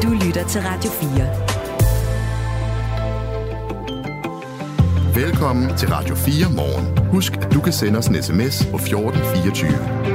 Du lytter til Radio 4. Velkommen til Radio 4 morgen. Husk, at du kan sende os en sms på 1424.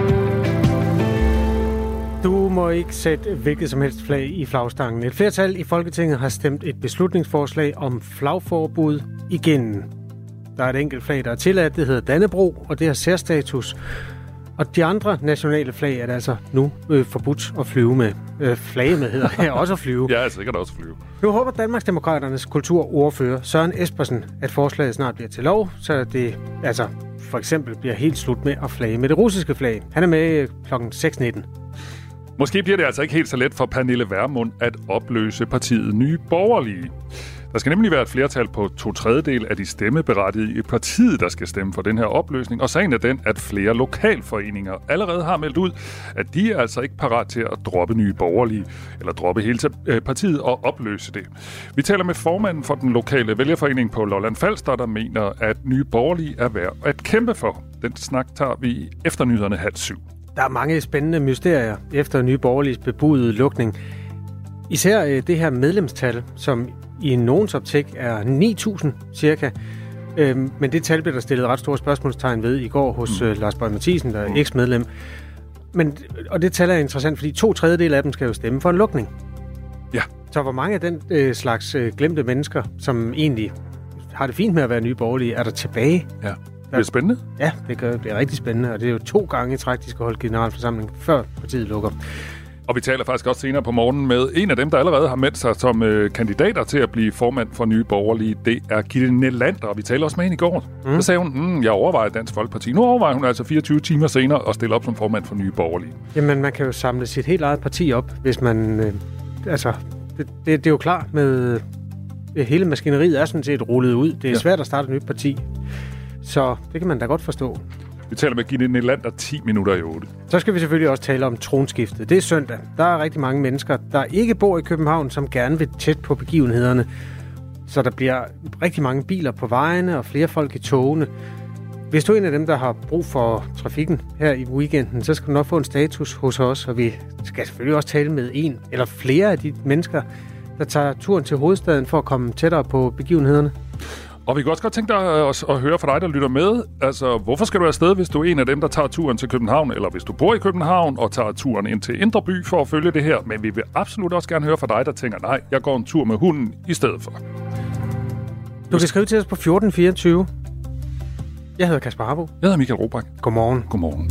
Du må ikke sætte hvilket som helst flag i flagstangen. Et flertal i Folketinget har stemt et beslutningsforslag om flagforbud igennem. Der er et enkelt flag, der er tilladt. Det hedder Dannebrog, og det har særstatus. Og de andre nationale flag er det altså nu forbudt at flyve med. Flage med hedder det også at flyve. Ja, sikkert også flyve. Nu håber Danmarksdemokraternes kulturordfører Søren Espersen, at forslaget snart bliver til lov, så det altså for eksempel bliver helt slut med at flage med det russiske flag. Han er med kl. 6.19. Måske bliver det altså ikke helt så let for Pernille Vermund at opløse partiet Nye Borgerlige. Der skal nemlig være et flertal på 2/3 af de stemmeberettigede i partiet, der skal stemme for den her opløsning. Og sagen er den, at flere lokalforeninger allerede har meldt ud, at de er altså ikke parat til at droppe Nye Borgerlige, eller droppe hele partiet og opløse det. Vi taler med formanden for den lokale vælgerforening på Lolland Falster, der mener, at Nye Borgerlige er værd at kæmpe for. Den snak tager vi efter nyhederne 6:30. Der er mange spændende mysterier efter Nye Borgerliges bebudede lukning. Især det her medlemstal, som i nogens optik er 9.000 cirka. Men det tal blev der stillet ret store spørgsmålstegn ved i går hos Lars Boje Mathiesen, der er eksmedlem. Og det tal er interessant, fordi 2/3 af dem skal jo stemme for en lukning. Ja. Så hvor mange af den slags glemte mennesker, som egentlig har det fint med at være Nye Borgerlige, er der tilbage? Ja. Det er spændende. Ja, det er rigtig spændende, og det er jo 2 gange i træk, de skal holde generalforsamling, før partiet lukker. Og vi taler faktisk også senere på morgenen med en af dem, der allerede har meldt sig som kandidater til at blive formand for Nye Borgerlige. Det er Gitte Nelander, og vi talte også med hende i går. Så sagde hun, jeg overvejer Dansk Folkeparti. Nu overvejer hun altså 24 timer senere at stille op som formand for Nye Borgerlige. Jamen, man kan jo samle sit helt eget parti op, hvis man... det er jo klart med... Hele maskineriet er sådan set rullet ud. Det er svært at starte et nyt parti. Så det kan man da godt forstå. Vi taler med Gitte Nelander 10 minutter i 8. Så skal vi selvfølgelig også tale om tronskiftet. Det er søndag. Der er rigtig mange mennesker, der ikke bor i København, som gerne vil tæt på begivenhederne. Så der bliver rigtig mange biler på vejene og flere folk i togene. Hvis du er en af dem, der har brug for trafikken her i weekenden, så skal du nok få en status hos os. Og vi skal selvfølgelig også tale med en eller flere af de mennesker, der tager turen til hovedstaden for at komme tættere på begivenhederne. Og vi kan også godt tænke dig at høre fra dig, der lytter med. Altså, hvorfor skal du afsted, hvis du er en af dem, der tager turen til København, eller hvis du bor i København og tager turen ind til Indre By for at følge det her? Men vi vil absolut også gerne høre fra dig, der tænker, nej, jeg går en tur med hunden i stedet for. Du kan skrive til os på 1424. Jeg hedder Kasper Harbo. Jeg hedder Michael Robach. Godmorgen. Godmorgen.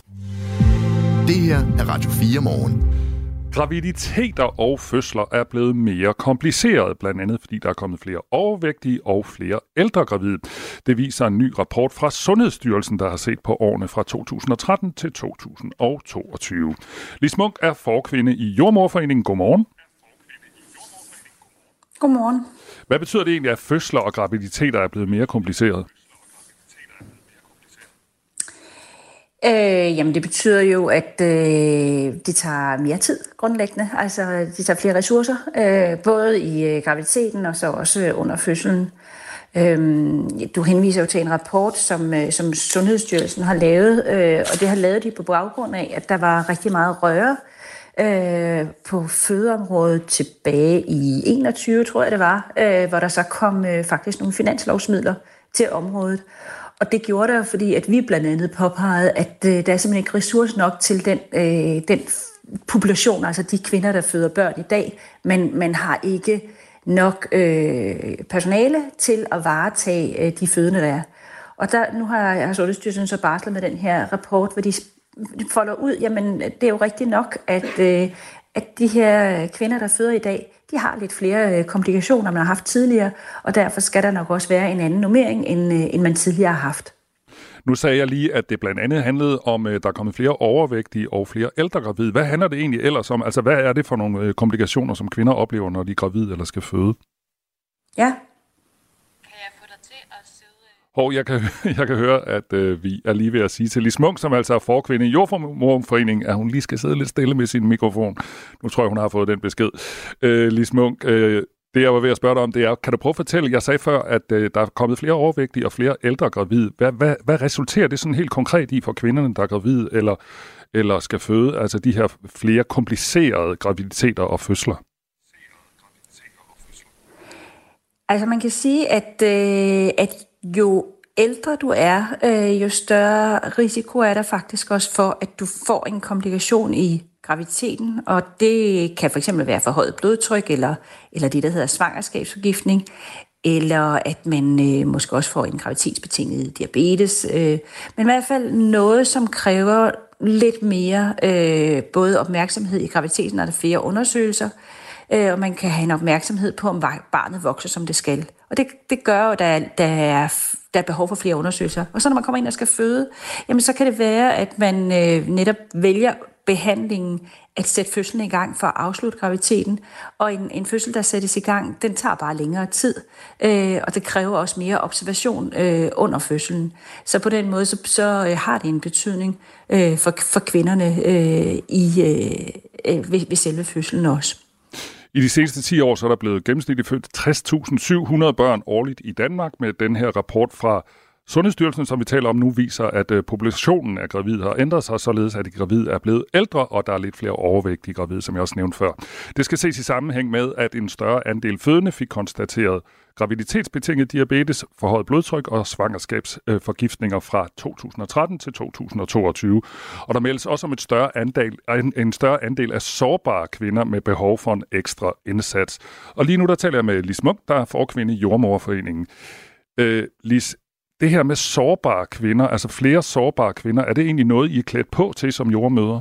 Det her er Radio 4 morgen. Graviditeter og fødsler er blevet mere kompliceret, blandt andet fordi der er kommet flere overvægtige og flere ældre gravide. Det viser en ny rapport fra Sundhedsstyrelsen, der har set på årene fra 2013 til 2022. Lis Munk er forkvinde i Jordemoderforeningen. Godmorgen. Godmorgen. Hvad betyder det egentlig, at fødsler og graviditeter er blevet mere kompliceret? Jamen det betyder jo, at det tager mere tid grundlæggende. Altså det tager flere ressourcer, både i graviditeten og så også under fødslen. Du henviser jo til en rapport, som Sundhedsstyrelsen har lavet, og det har lavet de på baggrund af, at der var rigtig meget røre på fødeområdet tilbage i 21, tror jeg det var, hvor der så kom faktisk nogle finanslovsmidler til området. Og det gjorde der, fordi at vi blandt andet påpegede, at der er simpelthen ikke ressourcer nok til den population, altså de kvinder, der føder børn i dag, men man har ikke nok personale til at varetage de fødende, der er. Og nu har Sundhedsstyrelsen så barslet med den her rapport, hvor de folder ud, jamen det er jo rigtigt nok, at de her kvinder, der føder i dag, de har lidt flere komplikationer, man har haft tidligere, og derfor skal der nok også være en anden normering, end man tidligere har haft. Nu sagde jeg lige, at det blandt andet handlede om, der er kommet flere overvægtige og flere ældre gravide. Hvad handler det egentlig ellers om? Altså, hvad er det for nogle komplikationer, som kvinder oplever, når de er gravide eller skal føde? Ja. Jeg kan høre, at vi er lige ved at sige til Lis Munk, som altså er forkvinde i Jordemoderforeningen, at hun lige skal sidde lidt stille med sin mikrofon. Nu tror jeg, hun har fået den besked. Lis Munk, det jeg var ved at spørge dig om, det er, kan du prøve at fortælle, jeg sagde før, at der er kommet flere overvægtige og flere ældre gravide. Hvad resulterer det sådan helt konkret i for kvinderne, der er gravide eller skal føde, altså de her flere komplicerede graviditeter og fødsler? Altså man kan sige, at jo ældre du er, jo større risiko er der faktisk også for, at du får en komplikation i graviditeten, og det kan fx være forhøjet blodtryk, eller det, der hedder svangerskabsforgiftning, eller at man måske også får en graviditetsbetinget diabetes, men i hvert fald noget, som kræver lidt mere både opmærksomhed i graviditeten, og der er flere undersøgelser, og man kan have en opmærksomhed på, om barnet vokser, som det skal. Og det gør jo, at der er behov for flere undersøgelser. Og så når man kommer ind og skal føde, jamen så kan det være, at man netop vælger behandlingen at sætte fødslen i gang for at afslutte graviditeten. Og en fødsel, der sættes i gang, den tager bare længere tid. Og det kræver også mere observation under fødslen. Så på den måde, så har det en betydning for kvinderne ved selve fødslen også. I de seneste 10 år så er der blevet gennemsnitligt født 60.700 børn årligt i Danmark. Med den her rapport fra Sundhedsstyrelsen, som vi taler om nu, viser, at populationen af gravide har ændret sig, således at de gravide er blevet ældre, og der er lidt flere overvægtige gravide, som jeg også nævnte før. Det skal ses i sammenhæng med, at en større andel fødende fik konstateret graviditetsbetinget diabetes, forhøjet blodtryk og svangerskabsforgiftninger fra 2013 til 2022. Og der meldes også om en større andel af sårbare kvinder med behov for en ekstra indsats. Og lige nu der taler jeg med Lis Munk, der er forkvinde i Jordemoderforeningen. Lis, det her med sårbare kvinder, altså flere sårbare kvinder, er det egentlig noget, I er klædt på til som jordemødre?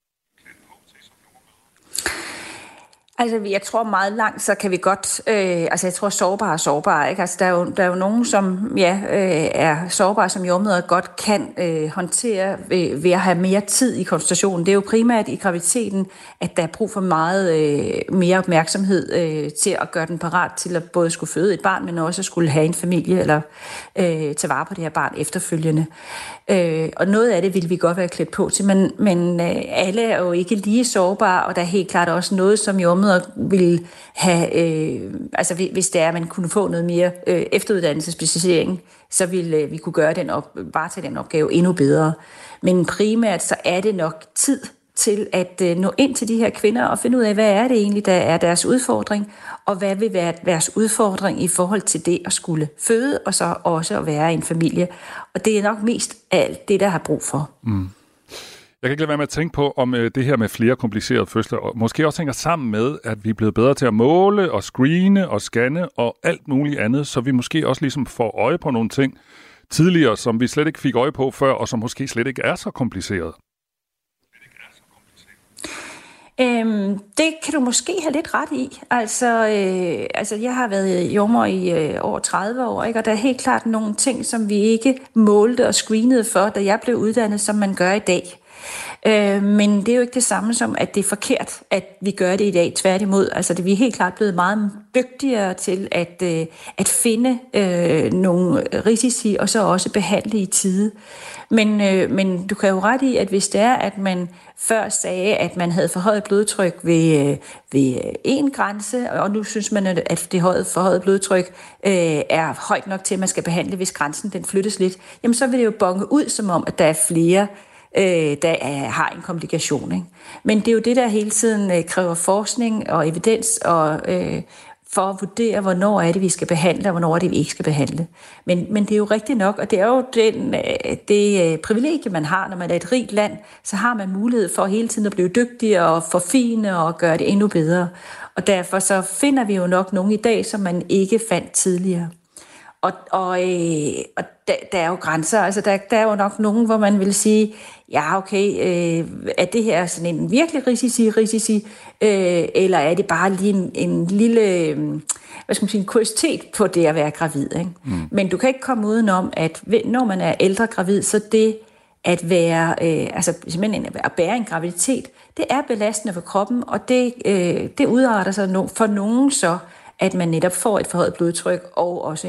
Altså, jeg tror meget langt, så kan vi godt... jeg tror, sårbare, ikke? Altså, der er jo nogen, som er sårbare, som jordemødre godt kan håndtere ved at have mere tid i konsultationen. Det er jo primært i graviditeten, at der er brug for meget mere opmærksomhed til at gøre den parat til at både skulle føde et barn, men også skulle have en familie eller tage vare på det her barn efterfølgende. Og noget af det vil vi godt være klædt på til, men alle er jo ikke lige sårbare, og der er helt klart også noget, som jordemødre vil have, hvis det er, at man kunne få noget mere efteruddannelsesspecialisering, så ville vi kunne gøre varetage den opgave endnu bedre. Men primært så er det nok tid til at nå ind til de her kvinder og finde ud af, hvad er det egentlig, der er deres udfordring, og hvad vil være deres udfordring i forhold til det at skulle føde, og så også at være en familie. Og det er nok mest alt det, der har brug for. Mm. Jeg kan ikke lade være med at tænke på, om det her med flere komplicerede fødsler, og måske også hænger sammen med, at vi er blevet bedre til at måle og screene og scanne og alt muligt andet, så vi måske også ligesom får øje på nogle ting tidligere, som vi slet ikke fik øje på før, og som måske slet ikke er så kompliceret. Det kan du måske have lidt ret i. Altså jeg har været jordemoder i over 30 år, ikke? Og der er helt klart nogle ting, som vi ikke målte og screenede for, da jeg blev uddannet, som man gør i dag. Men det er jo ikke det samme som, at det er forkert, at vi gør det i dag. Tværtimod, altså vi er helt klart blevet meget dygtigere til at finde nogle risici, og så også behandle i tide. Men du kan jo ret i, at hvis det er, at man før sagde, at man havde forhøjet blodtryk ved en grænse, og nu synes man, at det forhøjet blodtryk er højt nok til, at man skal behandle, hvis grænsen den flyttes lidt, jamen så vil det jo bonge ud, som om, at der er flere, der har en komplikation. Ikke? Men det er jo det, der hele tiden kræver forskning og evidens og for at vurdere, hvornår er det, vi skal behandle, og hvornår er det, vi ikke skal behandle. Men det er jo rigtigt nok, og det er jo det privilegie, man har, når man er et rigt land, så har man mulighed for hele tiden at blive dygtig og forfine og gøre det endnu bedre. Og derfor så finder vi jo nok nogle i dag, som man ikke fandt tidligere. Og der er jo grænser, altså der er jo nok nogen, hvor man vil sige, ja okay, er det her sådan en virkelig risici, eller er det bare lige en lille, en kuriositet på det at være gravid, ikke? Mm. Men du kan ikke komme udenom, at når man er ældre gravid, så det at være, simpelthen at bære en graviditet, det er belastende for kroppen, og det udarter sig for nogen så, at man netop får et forhøjet blodtryk og også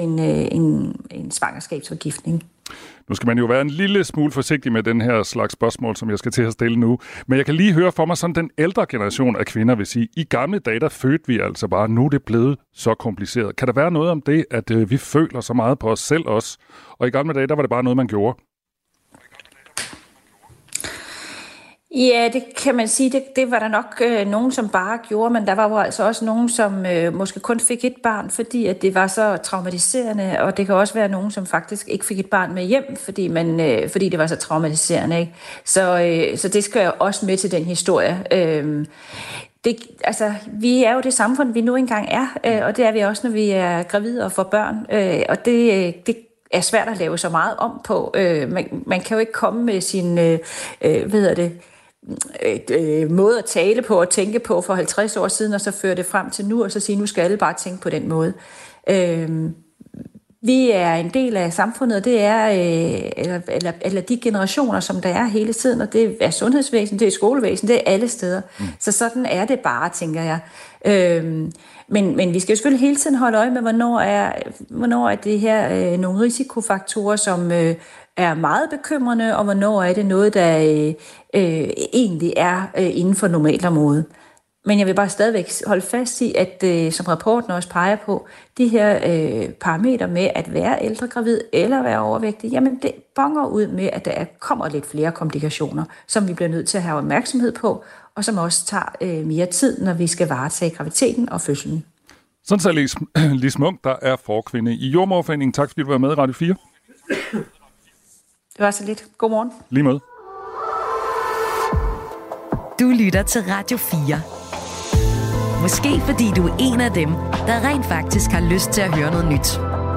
en svangerskabsforgiftning. Nu skal man jo være en lille smule forsigtig med den her slags spørgsmål, som jeg skal til at stille nu. Men jeg kan lige høre for mig, sådan den ældre generation af kvinder vil sige, i gamle dage, der fødte vi altså bare, nu er det blevet så kompliceret. Kan der være noget om det, at vi føler så meget på os selv også? Og i gamle dage, der var det bare noget, man gjorde. Ja, det kan man sige. Det var der nok nogen, som bare gjorde, men der var jo altså også nogen, som måske kun fik et barn, fordi at det var så traumatiserende, og det kan også være nogen, som faktisk ikke fik et barn med hjem, fordi det var så traumatiserende. Ikke? Så det skal jeg også med til den historie. Vi er jo det samfund, vi nu engang er, og det er vi også, når vi er gravide og får børn, og det er svært at lave så meget om på. Man kan jo ikke komme med sin, måde at tale på og tænke på for 50 år siden, og så føre det frem til nu, og så sige, nu skal alle bare tænke på den måde. Vi er en del af samfundet, og det er eller de generationer, som der er hele tiden, og det er sundhedsvæsen, det er skolevæsen, det er alle steder. Så sådan er det bare, tænker jeg. Men vi skal jo selvfølgelig hele tiden holde øje med, hvornår er det her nogle risikofaktorer, som er meget bekymrende, og hvornår er det noget, der egentlig er inden for normalt område. Men jeg vil bare stadigvæk holde fast i, at som rapporten også peger på, de her parametre med at være ældregravid eller være overvægtig, jamen det bonger ud med, at der kommer lidt flere komplikationer, som vi bliver nødt til at have opmærksomhed på, og som også tager mere tid, når vi skal varetage graviditeten og fødslen. Sådan sagde Lis Munk, der er forkvinde i Jordemoderforeningen. Tak fordi du var med i Radio 4. Det var så lidt. Godmorgen. Lige med. Du lytter til Radio 4. Måske fordi du er en af dem, der rent faktisk har lyst til at høre noget nyt.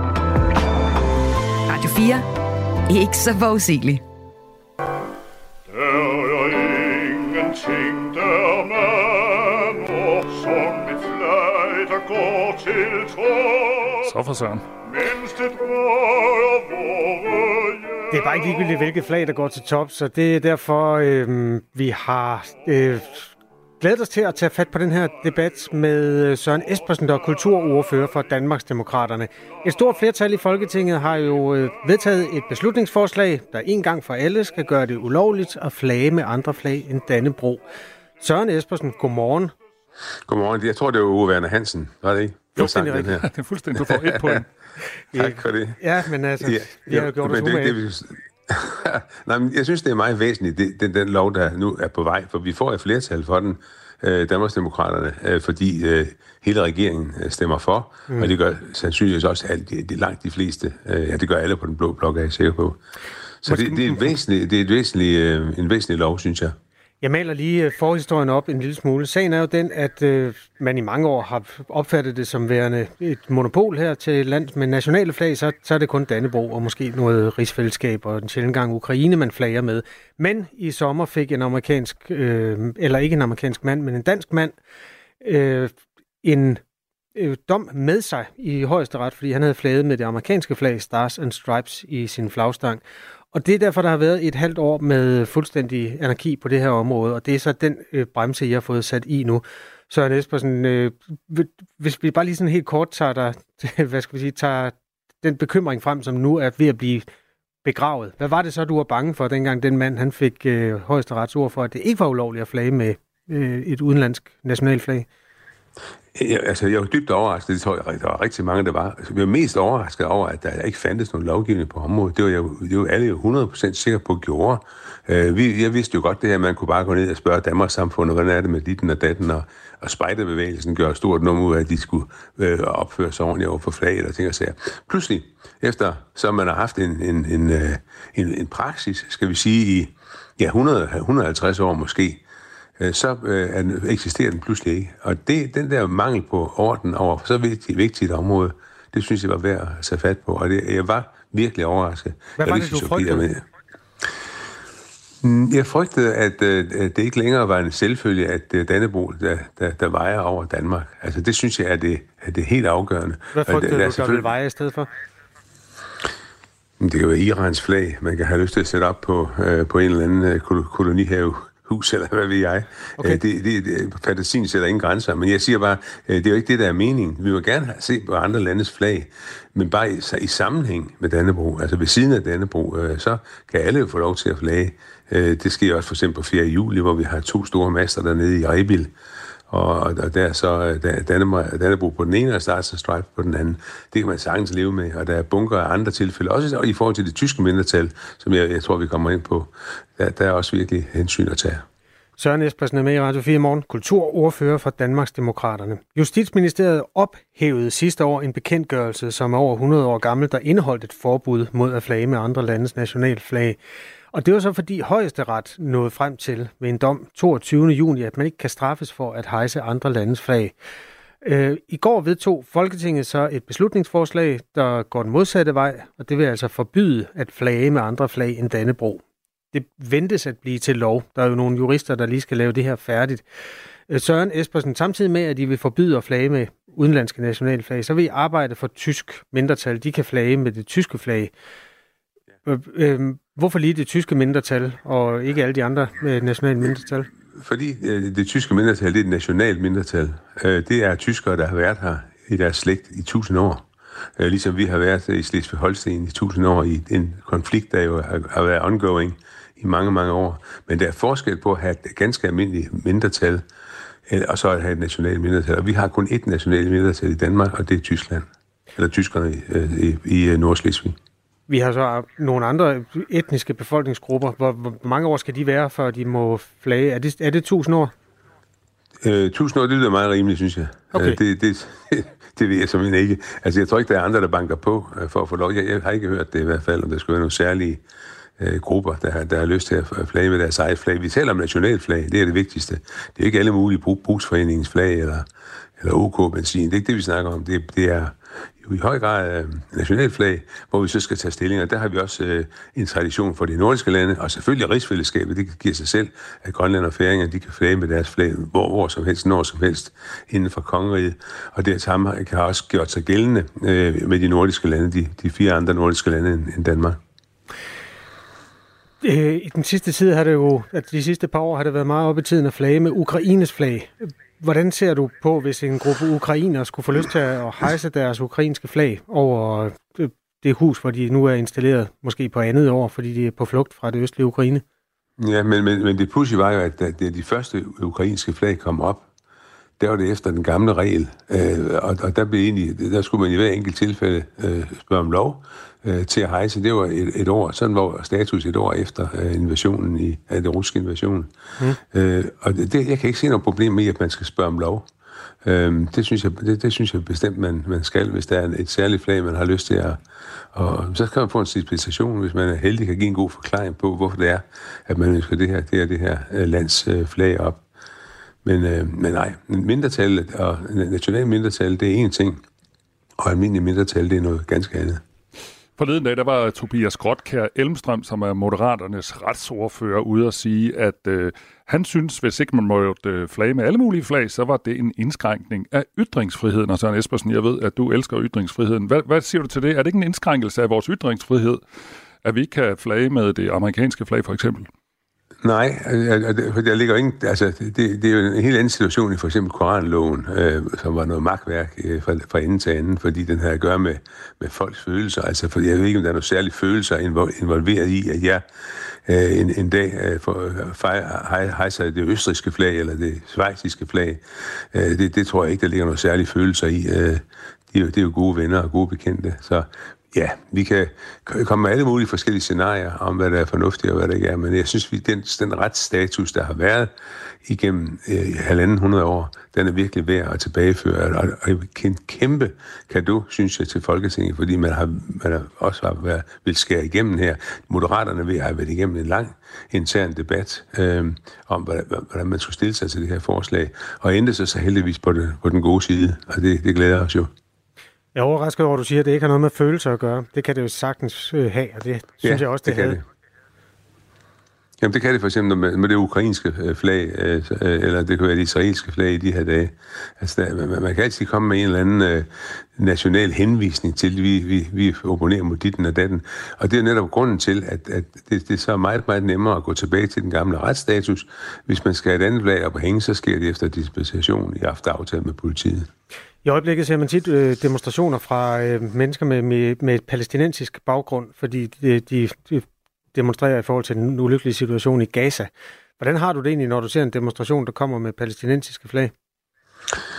Radio 4. Ikke så forudsigeligt. Der er ingenting, der mander, som et flag, der går til tråd. Så for søren. Mens det drejer vore hjem. Det er bare ikke ligegyldigt, hvilket flag, der går til top, så det er derfor, vi har glædet os til at tage fat på den her debat med Søren Espersen, der er kulturordfører for Danmarksdemokraterne. Et stort flertal i Folketinget har jo vedtaget et beslutningsforslag, der en gang for alle skal gøre det ulovligt at flage med andre flag end Dannebrog. Søren Espersen, godmorgen. Godmorgen. Jeg tror, det var Ove Werner Hansen, var det ikke? Fuldstændig rigtigt. Det er fuldstændig. Du får 1 point. Tak for det. Ja, men altså, vi har jo gjort os umage. Nej, men jeg synes, det er meget væsentligt, den lov, der nu er på vej, for vi får et flertal for den, Danmarksdemokraterne, fordi hele regeringen stemmer for, og det gør sandsynligvis også langt de fleste. Det gør alle på den blå blok, er jeg sikker på. Så det er en væsentlig lov, synes jeg. Jeg maler lige forhistorien op en lille smule. Sagen er jo den, at man i mange år har opfattet det som værende et monopol her til land med nationale flag, så er det kun Dannebrog og måske noget rigsfællesskab og en sjældent gang Ukraine, man flager med. Men i sommer fik en amerikansk, eller ikke en amerikansk mand, men en dansk mand, en dom med sig i højesteret, fordi han havde flaget med det amerikanske flag Stars and Stripes i sin flagstang. Og det er derfor, der har været et halvt år med fuldstændig anarki på det her område, og det er så den bremse, jeg har fået sat i nu. Søren Espersen, hvis vi bare lige sådan helt kort tager den bekymring frem, som nu er ved at blive begravet. Hvad var det så, du var bange for, dengang den mand han fik højesteretsord for, at det ikke var ulovligt at flage med et udenlandsk nationalflag? Jeg var dybt overrasket, det tror jeg, der var rigtig mange, der var. Jeg var mest overrasket over, at der ikke fandtes nogen lovgivning på området. Det var alle jo 100% sikre på, at gjorde. Jeg vidste jo godt det her, man kunne bare gå ned og spørge Danmarkssamfundet, hvordan er det med ditten og datten, og spejderbevægelsen gør stort nummer ud af, at de skulle opføre sig ordentligt over for flaget og ting og sager. Pludselig, efter så man har haft en praksis, skal vi sige, i 150 år måske, så eksisterer den pludselig ikke. Og den der mangel på orden over så vigtigt et område, det synes jeg var værd at tage fat på. Og jeg var virkelig overrasket. Hvad var det, du frygtede? Jeg frygtede, at det ikke længere var en selvfølge, at Dannebrog, der vejer over Danmark. Altså det synes jeg er det helt afgørende. Hvad frygtede du, der ville veje i stedet for? Det kan jo være Irans flag, man kan have lyst til at sætte op på en eller anden kolonihus, eller hvad ved jeg. Okay. Fantasien sætter ingen grænser, men jeg siger bare, det er jo ikke det, der er meningen. Vi vil gerne se på andre landes flag, men bare i sammenhæng med Dannebrog, altså ved siden af Dannebrog, så kan alle jo få lov til at flage. Det sker også for eksempel på 4. juli, hvor vi har 2 store master dernede i Rebild, og der er så Dannebrog på den ene, og Stars and Stripes på den anden. Det kan man sagtens leve med, og der er bunker af andre tilfælde, også i forhold til det tyske mindretal, som jeg tror, vi kommer ind på. Der er også virkelig hensyn at tage. Søren Espersen er med i Radio 4 Morgen, kulturordfører for Danmarks Demokraterne. Justitsministeriet ophævede sidste år en bekendtgørelse, som er over 100 år gammel, der indeholdt et forbud mod at flage med andre landes nationalflag. Og det var så fordi Højesteret nåede frem til ved en dom 22. juni, at man ikke kan straffes for at hejse andre landes flag. I går vedtog Folketinget så et beslutningsforslag, der går den modsatte vej, og det vil altså forbyde at flage med andre flag end Dannebrog. Det ventes at blive til lov. Der er jo nogle jurister, der lige skal lave det her færdigt. Søren Espersen, samtidig med, at de vil forbyde at flage med udenlandske nationalflag, så vil I arbejde for tysk mindretal. De kan flage med det tyske flag. Hvorfor lige det tyske mindretal, og ikke alle de andre nationale mindretal? Fordi det tyske mindretal, det er et nationalt mindretal. Det er tyskere, der har været her i deres slægt i 1000 år. Ligesom vi har været i Slesvig-Holsten i 1000 år i en konflikt, der jo har været ongoing i mange, mange år. Men der er forskel på at have et ganske almindeligt mindretal, og så at have et nationalt mindretal. Og vi har kun et nationalt mindretal i Danmark, og det er Tyskland. Eller tyskerne i Nordslesvig. Vi har så nogle andre etniske befolkningsgrupper. Hvor mange år skal de være, før de må flage? Er det 1000 år? 1000 år, det lyder meget rimeligt, synes jeg. Okay. Det ved jeg simpelthen ikke. Altså, jeg tror ikke, der er andre, der banker på for at få lov. Jeg har ikke hørt det i hvert fald, om der skulle være nogle særlige grupper, der har lyst til at flage med deres eget flag. Vi taler om nationalflag, det er det vigtigste. Det er ikke alle mulige brugsforeningens flag eller OK-benzin. Det er ikke det, vi snakker om. Det er jo i høj grad nationalflag, hvor vi så skal tage stilling. Og der har vi også en tradition for de nordiske lande, og selvfølgelig rigsfællesskabet. Det giver sig selv, at Grønland og Færinger, de kan flage med deres flag hvor som helst, når som helst, inden for kongeriget. Og det samme har også gjort sig gældende med de nordiske lande, de 4 andre nordiske lande end Danmark. I den sidste tid har det jo, at de sidste par år har det været meget op i tiden at flage med Ukraines flag. Hvordan ser du på, hvis en gruppe ukrainere skulle få lyst til at hejse deres ukrainske flag over det hus, hvor de nu er installeret, måske på andet år, fordi de er på flugt fra det østlige Ukraine? Ja, men det pudsige var jo, at da de første ukrainske flag kom op, der var det efter den gamle regel, og der skulle man i hver enkelt tilfælde spørge om lov til at hejse. Det var et år, sådan var status et år efter invasionen af den russiske invasion. Og jeg kan ikke se noget problem med, at man skal spørge om lov. Det synes jeg bestemt, man skal, hvis der er et særligt flag, man har lyst til at... Og så kan man få en dispensation, hvis man er heldig, kan give en god forklaring på, hvorfor det er, at man ønsker det her lands flag op. Men nej, mindretallet og nationale mindretal, det er én ting, og almindelig mindretal, det er noget ganske andet. Forleden dag, der var Tobias Grotkjær Elmstrøm, som er Moderaternes retsordfører, ude at sige, at han synes, hvis ikke man måtte flage med alle mulige flag, så var det en indskrænkning af ytringsfriheden. Og Søren Espersen, jeg ved, at du elsker ytringsfriheden. Hvad siger du til det? Er det ikke en indskrænkelse af vores ytringsfrihed, at vi ikke kan flage med det amerikanske flag, for eksempel? Nej, for der ligger ingen... Altså, det er jo en helt anden situation i for eksempel Koranloven, som var noget magtværk fra ende til anden, fordi den havde at gøre med folks følelser. Altså, for jeg ved ikke, om der er nogle særlige følelser involveret i, at jeg en dag hejser det østrigske flag eller det schweiziske flag. Det tror jeg ikke, der ligger nogle særlige følelser i. Det er jo gode venner og gode bekendte, så... Ja, vi kan komme med alle mulige forskellige scenarier om, hvad der er fornuftigt og hvad der ikke er, men jeg synes, den retsstatus, der har været igennem 150 år, den er virkelig værd at tilbageføre. Og en kæmpe cadeau, synes jeg, til Folketinget, fordi man har også vil skære igennem her. Moderaterne vil have været igennem en lang intern debat om, hvordan man skulle stille sig til det her forslag, og endte så heldigvis på den gode side, og det glæder os jo. Jeg er overrasket over, at du siger, at det ikke har noget med følelser at gøre. Det kan det jo sagtens have, og det synes jeg også, det havde. Jamen, det kan det for eksempel med det ukrainske flag, eller det kan være det israelske flag i de her dage. Altså, man kan altid komme med en eller anden national henvisning til, vi opponerer mod ditten og datten. Og det er netop grunden til, at det er så meget, meget nemmere at gå tilbage til den gamle retsstatus. Hvis man skal have et andet flag op og hænge, så sker det efter dispensation i aftale med politiet. I øjeblikket ser man tit demonstrationer fra mennesker med et palæstinensisk baggrund, fordi de demonstrerer i forhold til den ulykkelige situation i Gaza. Hvordan har du det egentlig, når du ser en demonstration, der kommer med palæstinensiske flag?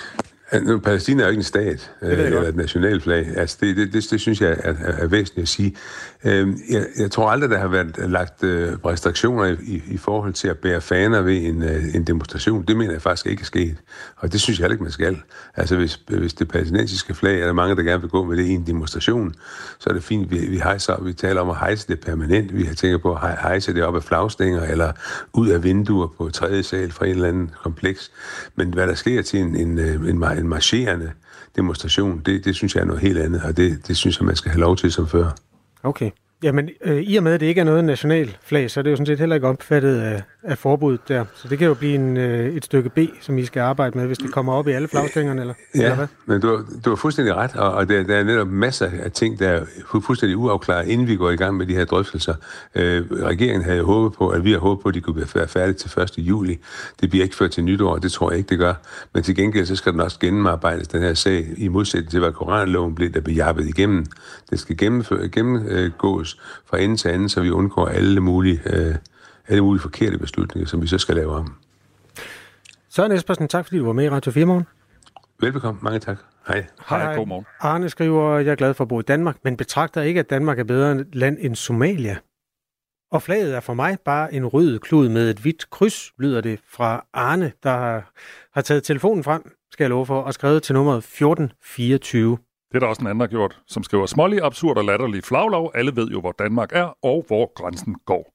Palæstina er jo ikke en stat, eller et nationalflag. Altså, det synes jeg er væsentligt at sige. Jeg tror aldrig, der har været lagt restriktioner i forhold til at bære faner ved en demonstration. Det mener jeg faktisk ikke er sket. Og det synes jeg heller ikke, man skal. Altså, hvis det palæstinensiske flag, er der mange, der gerne vil gå med det i en demonstration, så er det fint, vi taler om at hejse det permanent. Vi har tænkt på at hejse det op af flagstænger, eller ud af vinduer på 3. sal fra en eller anden kompleks. Men hvad der sker til en marcherende demonstration, det synes jeg er noget helt andet, og det synes jeg, man skal have lov til som før. Okay. Jamen, i og med, at det ikke er noget nationalflag, så er det jo sådan set heller ikke omfattet af forbuddet der. Så det kan jo blive et stykke B, som I skal arbejde med, hvis det kommer op i alle flagstængerne, eller hvad? Men du har fuldstændig ret, og der er netop masser af ting, der er fuldstændig uafklaret, inden vi går i gang med de her drøftelser. Regeringen havde håbet på, at de kunne være færdige til 1. juli. Det bliver ikke ført til nytår, det tror jeg ikke, det gør. Men til gengæld, så skal den også gennemarbejdes, den her sag, i modsætning til, hvad koranloven blev, der blev jappet igennem. Det skal gennemgås fra ende til anden, så vi undgår alle mulige forkerte beslutninger, som vi så skal lave om. Søren Espersen, tak fordi du var med i Radio 4 Morgen. Velbekomme, mange tak. Hej. Hej, god morgen. Arne skriver, jeg er glad for at bo i Danmark, men betragter ikke, at Danmark er bedre land end Somalia. Og flaget er for mig bare en rød klud med et hvidt kryds, lyder det fra Arne, der har taget telefonen frem, skal jeg love for, og skrevet til nummeret 1424. Det er der også en anden, der gjort, som skriver smålig, absurd og latterlig flaglov. Alle ved jo, hvor Danmark er, og hvor grænsen går.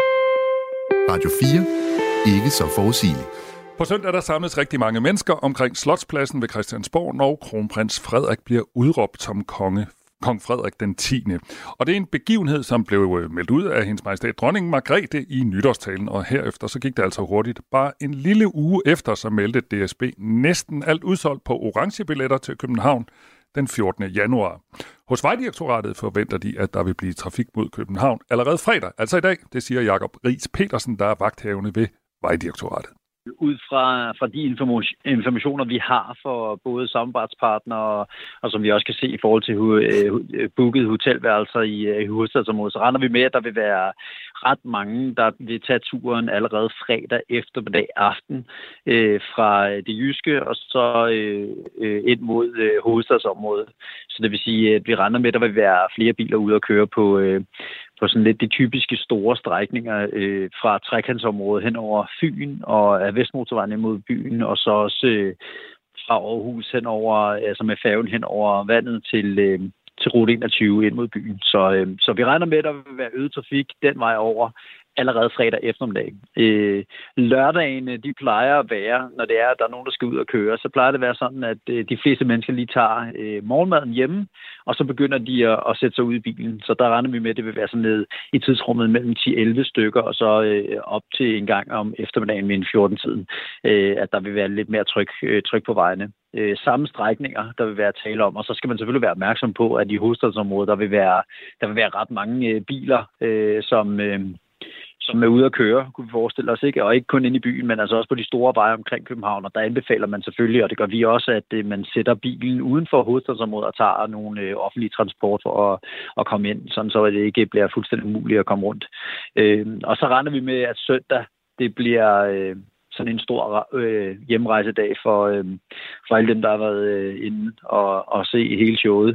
Radio 4. Ikke så forudsigeligt. På søndag der samles rigtig mange mennesker omkring Slotspladsen ved Christiansborg, når kronprins Frederik bliver udråbt som kong Frederik den 10. Og det er en begivenhed, som blev meldt ud af hendes majestæt dronning Margrethe i nytårstalen, og herefter så gik det altså hurtigt. Bare en lille uge efter, så meldte DSB næsten alt udsolgt på orange billetter til København den 14. januar. Hos Vejdirektoratet forventer de, at der vil blive trafik mod København allerede fredag, altså i dag. Det siger Jakob Riis Petersen, der er vagthavende ved Vejdirektoratet. Ud fra de informationer, vi har for både samarbejdspartnere, og som vi også kan se i forhold til bookede hotelværelser i hovedstadsområdet, så regner vi med, at der vil være ret mange, der vil tage turen allerede fredag eftermiddag aften fra det jyske, og så ind mod hovedstadsområdet. Så det vil sige, at vi regner med, at der vil være flere biler ude at køre på sådan lidt de typiske store strækninger fra trekantsområdet hen over Fyn og af Vestmotorvejen mod byen, og så også fra Aarhus hen over, altså med færgen hen over vandet til rute 21 ind mod byen. Så vi regner med, at der vil være øget trafik den vej over allerede fredag eftermiddag. Lørdagen, de plejer at være, når det er, at der er nogen, der skal ud og køre, så plejer det at være sådan, at de fleste mennesker lige tager morgenmaden hjemme, og så begynder de at sætte sig ud i bilen. Så der regner vi med, at det vil være sådan ned i tidsrummet mellem 10-11 stykker, og så op til en gang om eftermiddagen ved en 14-tiden, at der vil være lidt mere tryk på vejene. Samme strækninger, der vil være tale om, og så skal man selvfølgelig være opmærksom på, at i hovedstadsområdet, der vil være ret mange biler, som er ude at køre, kunne vi forestille os, ikke? Og ikke kun inde i byen, men altså også på de store veje omkring København. Og der anbefaler man selvfølgelig, og det gør vi også, at man sætter bilen uden for hovedstadsområdet og tager nogle offentlige transport for at komme ind, sådan så det ikke bliver fuldstændig umuligt at komme rundt. Og så regner vi med, at søndag, det bliver sådan en stor hjemrejsedag for alle dem, der har været inde og se hele showet.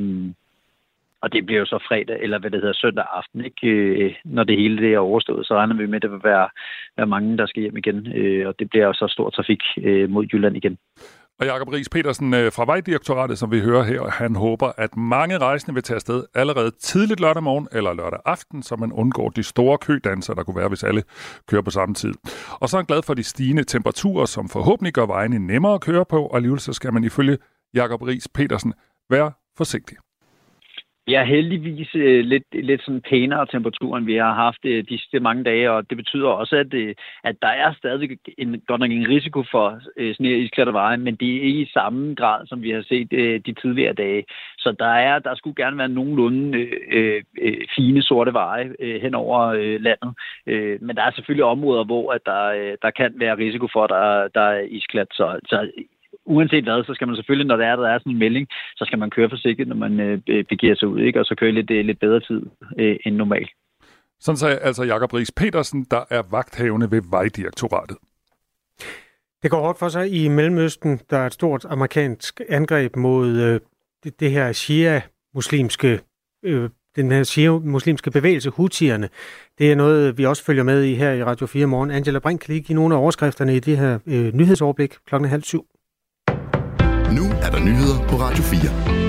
Og det bliver jo så fredag, eller hvad det hedder, søndag aften, ikke? Når det hele det er overstået, så regner vi med, at der vil være mange, der skal hjem igen. Og det bliver jo så stor trafik mod Jylland igen. Og Jakob Riis Petersen fra Vejdirektoratet, som vi hører her, han håber, at mange rejsende vil tage afsted allerede tidligt lørdag morgen eller lørdag aften, så man undgår de store kødanser, der kunne være, hvis alle kører på samme tid. Og så er han glad for de stigende temperaturer, som forhåbentlig gør vejene nemmere at køre på, og alligevel så skal man ifølge Jakob Riis Petersen være forsigtig. Vi har heldigvis lidt sådan pænere temperatur, end vi har haft de sidste mange dage, og det betyder også, at der er stadig godt nok en risiko for sne- og isklædte veje, men det er ikke i samme grad, som vi har set de tidligere dage. Så der skulle gerne være nogenlunde fine sorte veje hen over landet, men der er selvfølgelig områder, hvor at der kan være risiko for, at der er isklædt, så uanset hvad, så skal man selvfølgelig, når der er sådan en melding, så skal man køre forsigtigt, når man begiver sig ud, ikke? Og så køre lidt bedre tid end normalt. Sådan sagde altså Jakob Riis Petersen, der er vagthavende ved Vejdirektoratet. Det går hårdt for sig i Mellemøsten. Der er et stort amerikansk angreb mod det her shia-muslimske den her shia-muslimske bevægelse, Houthierne. Det er noget, vi også følger med i her i Radio 4 morgen. Angela Brink kan lige give nogle af overskrifterne i det her nyhedsoverblik 6:30. Nu er der nyheder på Radio 4.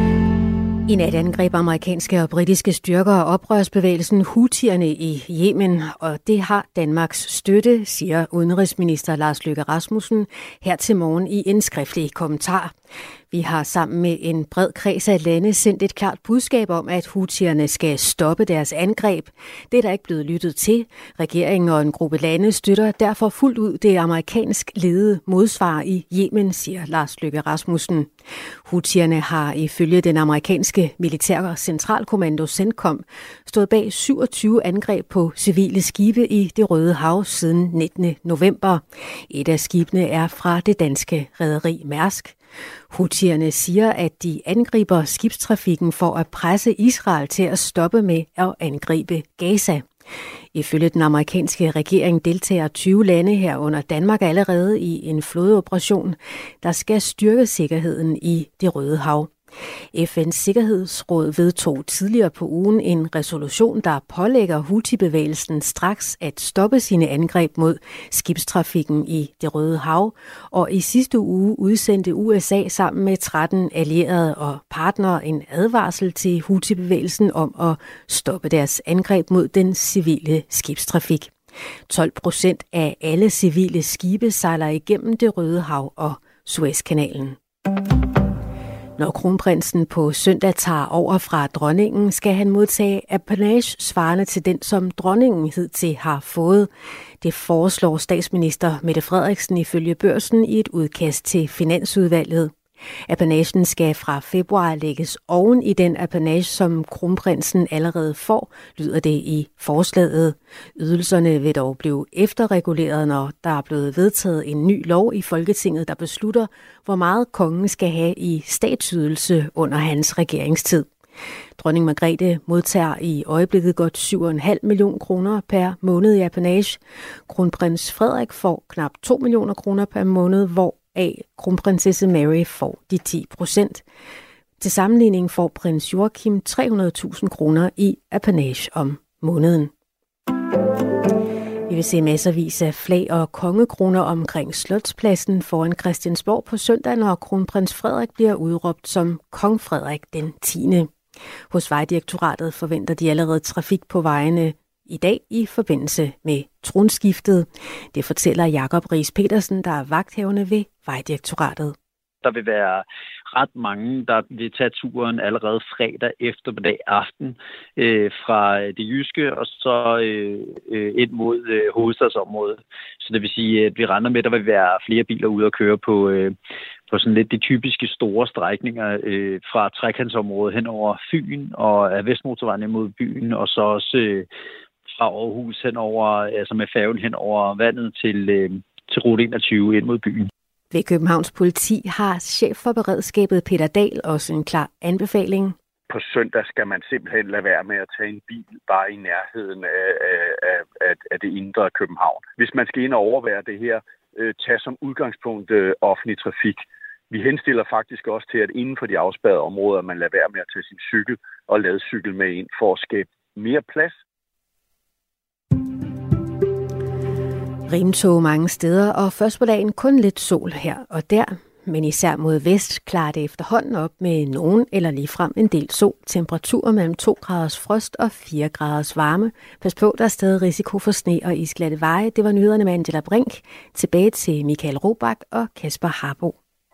I nat angreb amerikanske og britiske styrker og oprørsbevægelsen Houthierne i Yemen, og det har Danmarks støtte, siger udenrigsminister Lars Løkke Rasmussen her til morgen i en skriftlig kommentar. Vi har sammen med en bred kreds af lande sendt et klart budskab om, at Houthierne skal stoppe deres angreb. Det er der ikke blevet lyttet til. Regeringen og en gruppe lande støtter derfor fuldt ud det amerikansk ledede modsvar i Yemen, siger Lars Løkke Rasmussen. Houthierne har ifølge den amerikanske militære centralkommando CENTCOM stået bag 27 angreb på civile skibe i Det Røde Hav siden 19. november. Et af skibene er fra det danske rederi Mærsk. Houthierne siger, at de angriber skibstrafikken for at presse Israel til at stoppe med at angribe Gaza. Ifølge den amerikanske regering deltager 20 lande herunder Danmark allerede i en flådeoperation, der skal styrke sikkerheden i Det Røde Hav. FN's Sikkerhedsråd vedtog tidligere på ugen en resolution, der pålægger Houthi-bevægelsen straks at stoppe sine angreb mod skibstrafikken i Det Røde Hav, og i sidste uge udsendte USA sammen med 13 allierede og partnere en advarsel til Houthi-bevægelsen om at stoppe deres angreb mod den civile skibstrafik. 12% af alle civile skibe sejler igennem Det Røde Hav og Suezkanalen. Når kronprinsen på søndag tager over fra dronningen, skal han modtage apanage svarende til den, som dronningen hidtil har fået. Det foreslår statsminister Mette Frederiksen ifølge Børsen i et udkast til Finansudvalget. Apanagen skal fra februar lægges oven i den apanage, som kronprinsen allerede får, lyder det i forslaget. Ydelserne vil dog blive efterreguleret, når der er blevet vedtaget en ny lov i Folketinget, der beslutter, hvor meget kongen skal have i statsydelse under hans regeringstid. Dronning Margrethe modtager i øjeblikket godt 7,5 millioner kroner per måned i apanage. Kronprins Frederik får knap 2 millioner kroner per måned, hvoraf kronprinsesse Mary får de 10%. Til sammenligning får prins Joachim 300.000 kroner i apanage om måneden. Vi vil se masservis af flag og kongekroner omkring Slotspladsen foran Christiansborg på søndag, når kronprins Frederik bliver udråbt som kong Frederik den 10. Hos Vejdirektoratet forventer de allerede trafik på vejene i dag i forbindelse med tronskiftet. Det fortæller Jakob Riis Petersen, der er vagthavende ved Vejdirektoratet. Der vil være ret mange, der vil tage turen allerede fredag eftermiddag aften fra det jyske og så ind mod hovedstadsområdet. Så det vil sige, at vi regner med, at der vil være flere biler ude at køre på sådan lidt de typiske store strækninger fra trekantsområdet hen over Fyn og af Vestmotorvejen mod byen, og så også fra Aarhus henover, altså med færgen hen over vandet til rute 21 ind mod byen. Ved Københavns politi har chef for beredskabet Peter Dahl også en klar anbefaling. På søndag skal man simpelthen lade være med at tage en bil bare i nærheden af det indre København. Hvis man skal ind og overvære det her, tag som udgangspunkt offentlig trafik. Vi henstiller faktisk også til, at inden for de afspærrede områder, man lader være med at tage sin cykel og ladcykel med ind for at skabe mere plads. Rimtog mange steder, og først på dagen kun lidt sol her og der. Men især mod vest klarer det efterhånden op med nogen eller ligefrem en del sol. Temperaturer mellem 2 graders frost og 4 graders varme. Pas på, der er stadig risiko for sne og isglatte veje. Det var nyhederne med Angela Brink. Tilbage til Michael Robach og Kasper Harbo.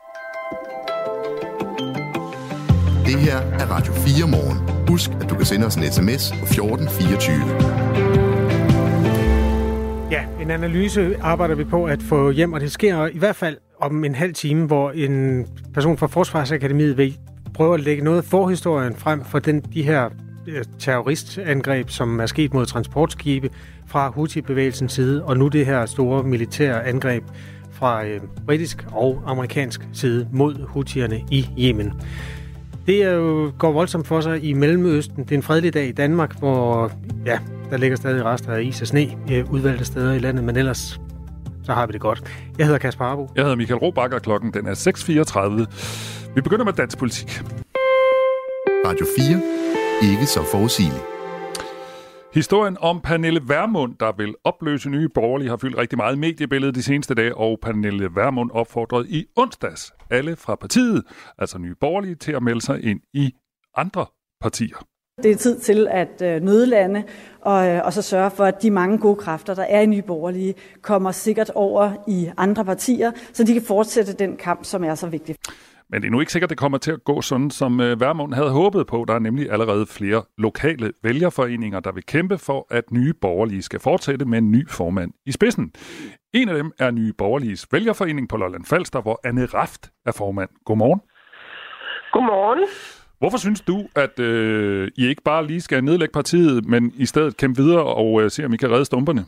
Det her er Radio 4 morgen. Husk, at du kan sende os en sms på 1424. Ja, en analyse arbejder vi på at få hjem, og det sker i hvert fald om en halv time, hvor en person fra Forsvarsakademiet vil prøve at lægge noget af forhistorien frem for de her terroristangreb, som er sket mod transportskibe fra Houthi-bevægelsens side, og nu det her store militære angreb fra britisk og amerikansk side mod Houthierne i Yemen. Det går voldsomt for sig i Mellemøsten. Det er en fredelig dag i Danmark, hvor der ligger stadig rester af is og sne udvalgte steder i landet, men ellers Så har vi det godt. Jeg hedder Kasper Harbo. Jeg hedder Michael Robach, og klokken den er 6:34. Vi begynder med dansk politik. Radio 4. Ikke så forudsigeligt. Historien om Pernille Vermund, der vil opløse Nye Borgerlige, har fyldt rigtig meget i mediebilledet de seneste dage, og Pernille Vermund opfordrede i onsdags alle fra partiet, altså Nye Borgerlige, til at melde sig ind i andre partier. Det er tid til at nødlande og så sørge for, at de mange gode kræfter, der er i Nye Borgerlige, kommer sikkert over i andre partier, så de kan fortsætte den kamp, som er så vigtig. Men det er nu ikke sikkert, det kommer til at gå sådan, som Vermund havde håbet på. Der er nemlig allerede flere lokale vælgerforeninger, der vil kæmpe for, at Nye Borgerlige skal fortsætte med en ny formand i spidsen. En af dem er Nye Borgerliges vælgerforening på Lolland Falster, hvor Anne Raft er formand. Godmorgen. Godmorgen. Hvorfor synes du, at I ikke bare lige skal nedlægge partiet, men i stedet kæmpe videre og se, om I kan redde stumperne?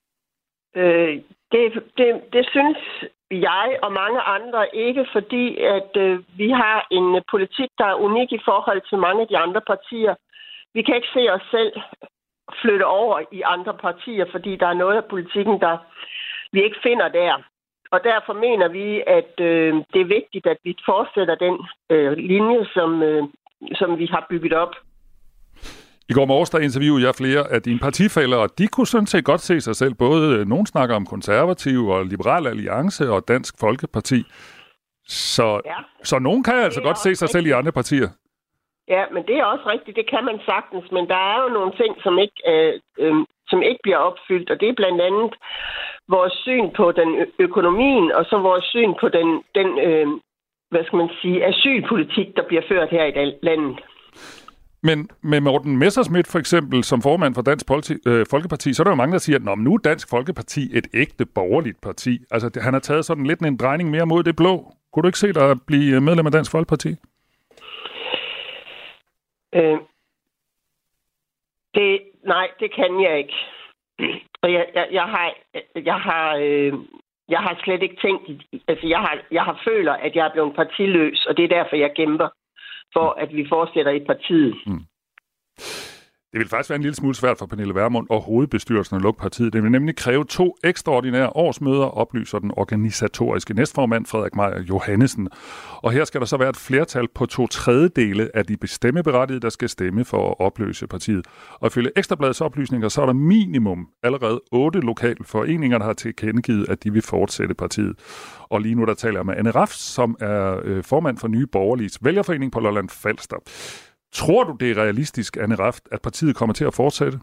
Det synes jeg og mange andre ikke, fordi at vi har en politik, der er unik i forhold til mange af de andre partier. Vi kan ikke se os selv flytte over i andre partier, fordi der er noget af politikken, der vi ikke finder der. Og derfor mener vi, at det er vigtigt, at vi fortsætter den linje, som vi har bygget op. I går morges, der interviewede jeg flere af dine partifæller, og de kunne sådan set godt se sig selv. Både nogen snakker om Konservative og Liberal Alliance og Dansk Folkeparti. Så nogen kan altså godt se sig selv i andre partier. Ja, men det er også rigtigt. Det kan man sagtens. Men der er jo nogle ting, som ikke bliver opfyldt. Og det er blandt andet vores syn på den økonomien, og så vores syn på den hvad skal man sige, asylpolitik, der bliver ført her i landet. Men med Morten Messerschmidt for eksempel, som formand for Dansk Folkeparti, så er der jo mange, der siger, at nu er Dansk Folkeparti et ægte borgerligt parti. Altså, han har taget sådan lidt en drejning mere mod det blå. Kunne du ikke se dig at blive medlem af Dansk Folkeparti? Nej, det kan jeg ikke. Og jeg har slet ikke tænkt, altså jeg føler, at jeg er blevet partiløs, og det er derfor, jeg kæmper for, at vi fortsætter i partiet. Det vil faktisk være en lille smule svært for Pernille Vermund og hovedbestyrelsen at lukke partiet. Det vil nemlig kræve 2 ekstraordinære årsmøder, oplyser den organisatoriske næstformand Frederik Meier Johannesen. Og her skal der så være et flertal på 2/3 af de stemmeberettigede, der skal stemme for at opløse partiet. Og ifølge Ekstrabladets oplysninger, så er der minimum allerede 8 lokale foreninger, der har tilkendegivet, at de vil fortsætte partiet. Og lige nu der taler jeg med Anne Raft, som er formand for Nye Borgerliges vælgerforening på Lolland Falster. Tror du, det er realistisk, Anne Raft, at partiet kommer til at fortsætte?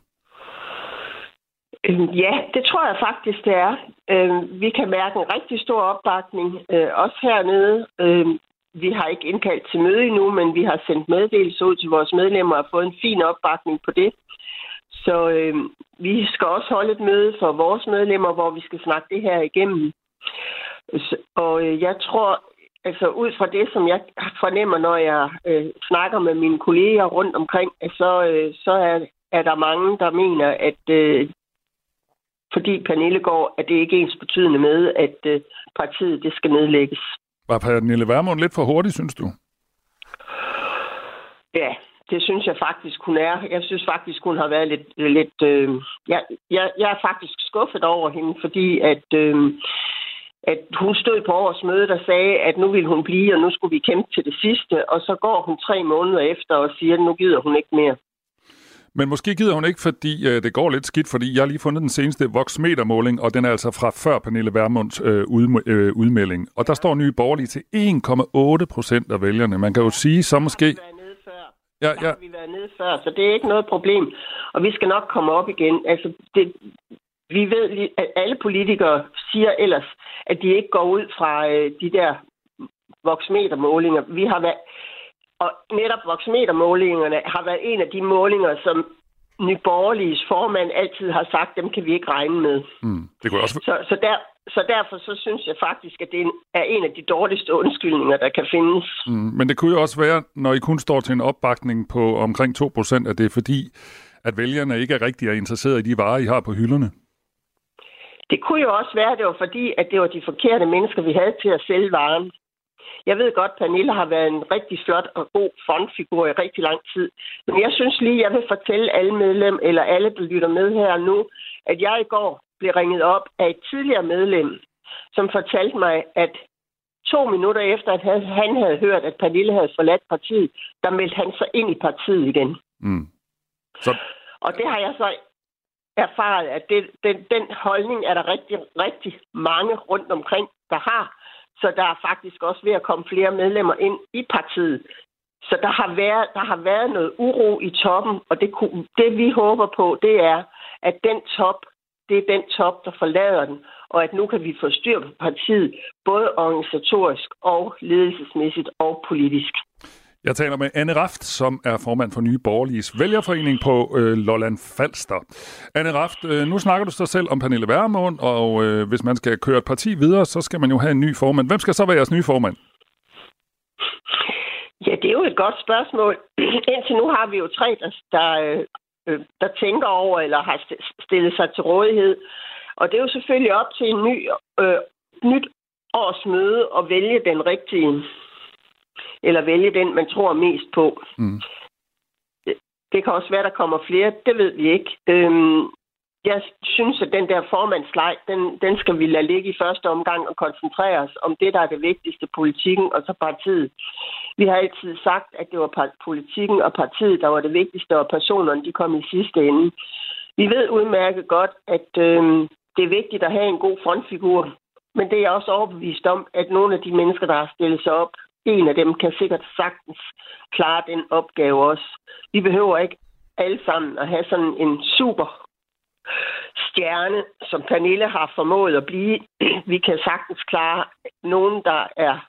Ja, det tror jeg faktisk, det er. Vi kan mærke en rigtig stor opbakning, også hernede. Vi har ikke indkaldt til møde endnu, men vi har sendt meddelelser ud til vores medlemmer og fået en fin opbakning på det. Så vi skal også holde et møde for vores medlemmer, hvor vi skal snakke det her igennem. Og jeg tror, altså ud fra det, som jeg fornemmer, når jeg snakker med mine kolleger rundt omkring, så er der mange, der mener, at fordi Pernille går, at det ikke er ensbetydende med, at partiet det skal nedlægges. Var Pernille Vermund lidt for hurtig, synes du? Ja, det synes jeg faktisk, hun er. Jeg synes faktisk, hun har været lidt jeg er faktisk skuffet over hende, fordi at hun stod på årsmødet og sagde, at nu ville hun blive, og nu skulle vi kæmpe til det sidste, og så går hun 3 måneder efter og siger, at nu gider hun ikke mere. Men måske gider hun ikke, fordi det går lidt skidt, fordi jeg har lige fundet den seneste voksmetermåling, og den er altså fra før Pernille Vermunds udmelding. Og der står Nye Borgerlige til 1,8% af vælgerne. Man kan jo sige, så måske... Der har vi været nede før, så det er ikke noget problem. Og vi skal nok komme op igen. Altså, vi ved, at alle politikere siger ellers, at de ikke går ud fra de der voksmetermålinger. Og netop voksmetermålingerne har været en af de målinger, som Nye Borgerliges formand altid har sagt, dem kan vi ikke regne med. Det kunne også... Så derfor så synes jeg faktisk, at det er en af de dårligste undskyldninger, der kan findes. Men det kunne jo også være, når I kun står til en opbakning på omkring 2%, at det er fordi, at vælgerne ikke er rigtig interesseret i de varer, I har på hylderne. Det kunne jo også være, at det var fordi, at det var de forkerte mennesker, vi havde til at sælge varen. Jeg ved godt, at Pernille har været en rigtig flot og god frontfigur i rigtig lang tid. Men jeg synes lige, jeg vil fortælle alle alle, der lytter med her nu, at jeg i går blev ringet op af et tidligere medlem som fortalte mig, at 2 minutter efter, at han havde hørt, at Pernille havde forladt partiet, der meldte han sig ind i partiet igen. Mm. Og det har jeg så erfaret, at den holdning er der rigtig, rigtig mange rundt omkring, der har. Så der er faktisk også ved at komme flere medlemmer ind i partiet. Så der har været noget uro i toppen, og det vi håber på, det er, at det er den top, der forlader den, og at nu kan vi få styr på partiet, både organisatorisk og ledelsesmæssigt og politisk. Jeg taler med Anne Raft, som er formand for Nye Borgerliges vælgerforening på Lolland Falster. Anne Raft, nu snakker du så selv om Pernille Vermund, og hvis man skal køre et parti videre, så skal man jo have en ny formand. Hvem skal så være jeres nye formand? Ja, det er jo et godt spørgsmål. Indtil nu har vi jo 3, der tænker over eller har stillet sig til rådighed. Og det er jo selvfølgelig op til en nyt års møde at vælge den rigtige, eller vælge den, man tror mest på. Mm. Det kan også være, der kommer flere. Det ved vi ikke. Jeg synes, at den der formandsleg, den skal vi lade ligge i første omgang og koncentrere os om det, der er det vigtigste, politikken og så partiet. Vi har altid sagt, at det var politikken og partiet, der var det vigtigste, og personerne, de kom i sidste ende. Vi ved udmærket godt, at det er vigtigt at have en god frontfigur, men det er også overbevist om, at nogle af de mennesker, der har stillet sig op, en af dem kan sikkert sagtens klare den opgave også. Vi behøver ikke alle sammen at have sådan en super stjerne, som Pernille har formået at blive. Vi kan sagtens klare nogen, der er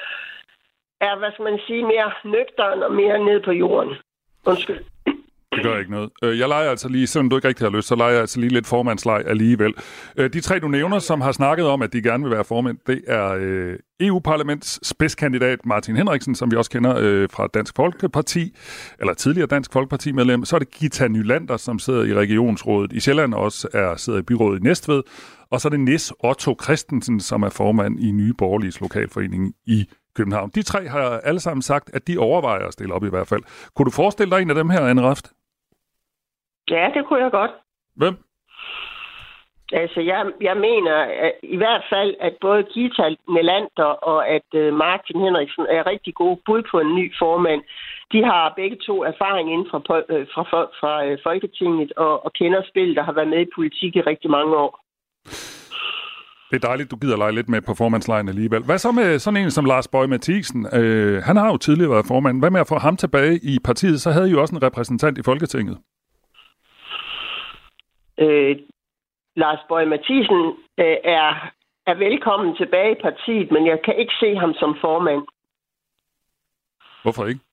hvad skal man sige, mere nøgtern og mere ned på jorden. Undskyld. Det gør ikke noget. Jeg leger altså lige, selvom du ikke rigtig har lyst, så leger jeg altså lige lidt formandsleg alligevel. De 3, du nævner, som har snakket om, at de gerne vil være formand, det er EU-parlaments spidskandidat Martin Henriksen, som vi også kender fra Dansk Folkeparti, eller tidligere Dansk Folkeparti-medlem. Så er det Gita Nylander, som sidder i regionsrådet i Sjælland, og også sidder i byrådet i Næstved. Og så er det Nis Otto Christensen, som er formand i Nye Borgerliges lokalforening i København. De 3 har alle sammen sagt, at de overvejer at stille op i hvert fald. Kunne du forestille dig en af dem her, Anne Raft? Ja, det kunne jeg godt. Hvem? Altså, jeg mener at i hvert fald, at både Gita Nylander og at Martin Henriksen er rigtig gode bud på en ny formand. De har begge to erfaring inden fra Folketinget og kender spil, der har været med i politik i rigtig mange år. Det er dejligt, du gider lege lidt med på formandslejen alligevel. Hvad så med sådan en som Lars Boje Mathiesen? Han har jo tidligere været formand. Hvad med at få ham tilbage i partiet? Så havde I jo også en repræsentant i Folketinget. Lars Boje Mathiesen er velkommen tilbage i partiet, men jeg kan ikke se ham som formand. Hvorfor ikke?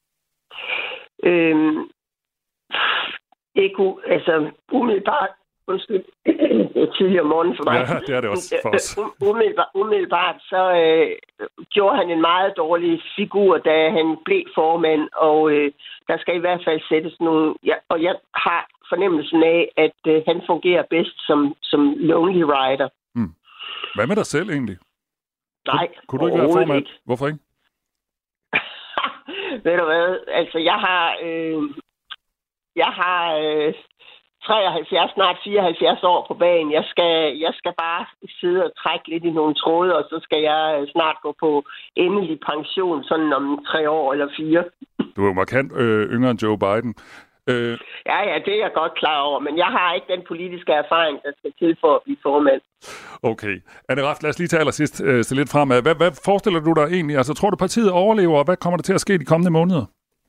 Umiddelbart. Undskyld, det er tidligere morgen for mig. Ja, det er det også for os. Umiddelbart så gjorde han en meget dårlig figur, da han blev formand, og der skal i hvert fald sættes nogle... Og jeg har fornemmelsen af, at han fungerer bedst som lonely rider. Hmm. Hvad med dig selv egentlig? Nej, kunne du ikke være formand? Ikke. Hvorfor ikke? Ved du hvad? Altså, jeg har 73, snart 74 år på bagen. Jeg skal bare sidde og trække lidt i nogle tråde, og så skal jeg snart gå på endelig pension, sådan om 3 år eller 4. Du er jo markant yngre end Joe Biden. Ja, det er jeg godt klar over, men jeg har ikke den politiske erfaring, der skal til for at blive formand. Okay. Anne Raft, lad os lige til allersidst se lidt fremad. Hvad forestiller du dig egentlig? Altså, tror du, partiet overlever, og hvad kommer der til at ske de kommende måneder?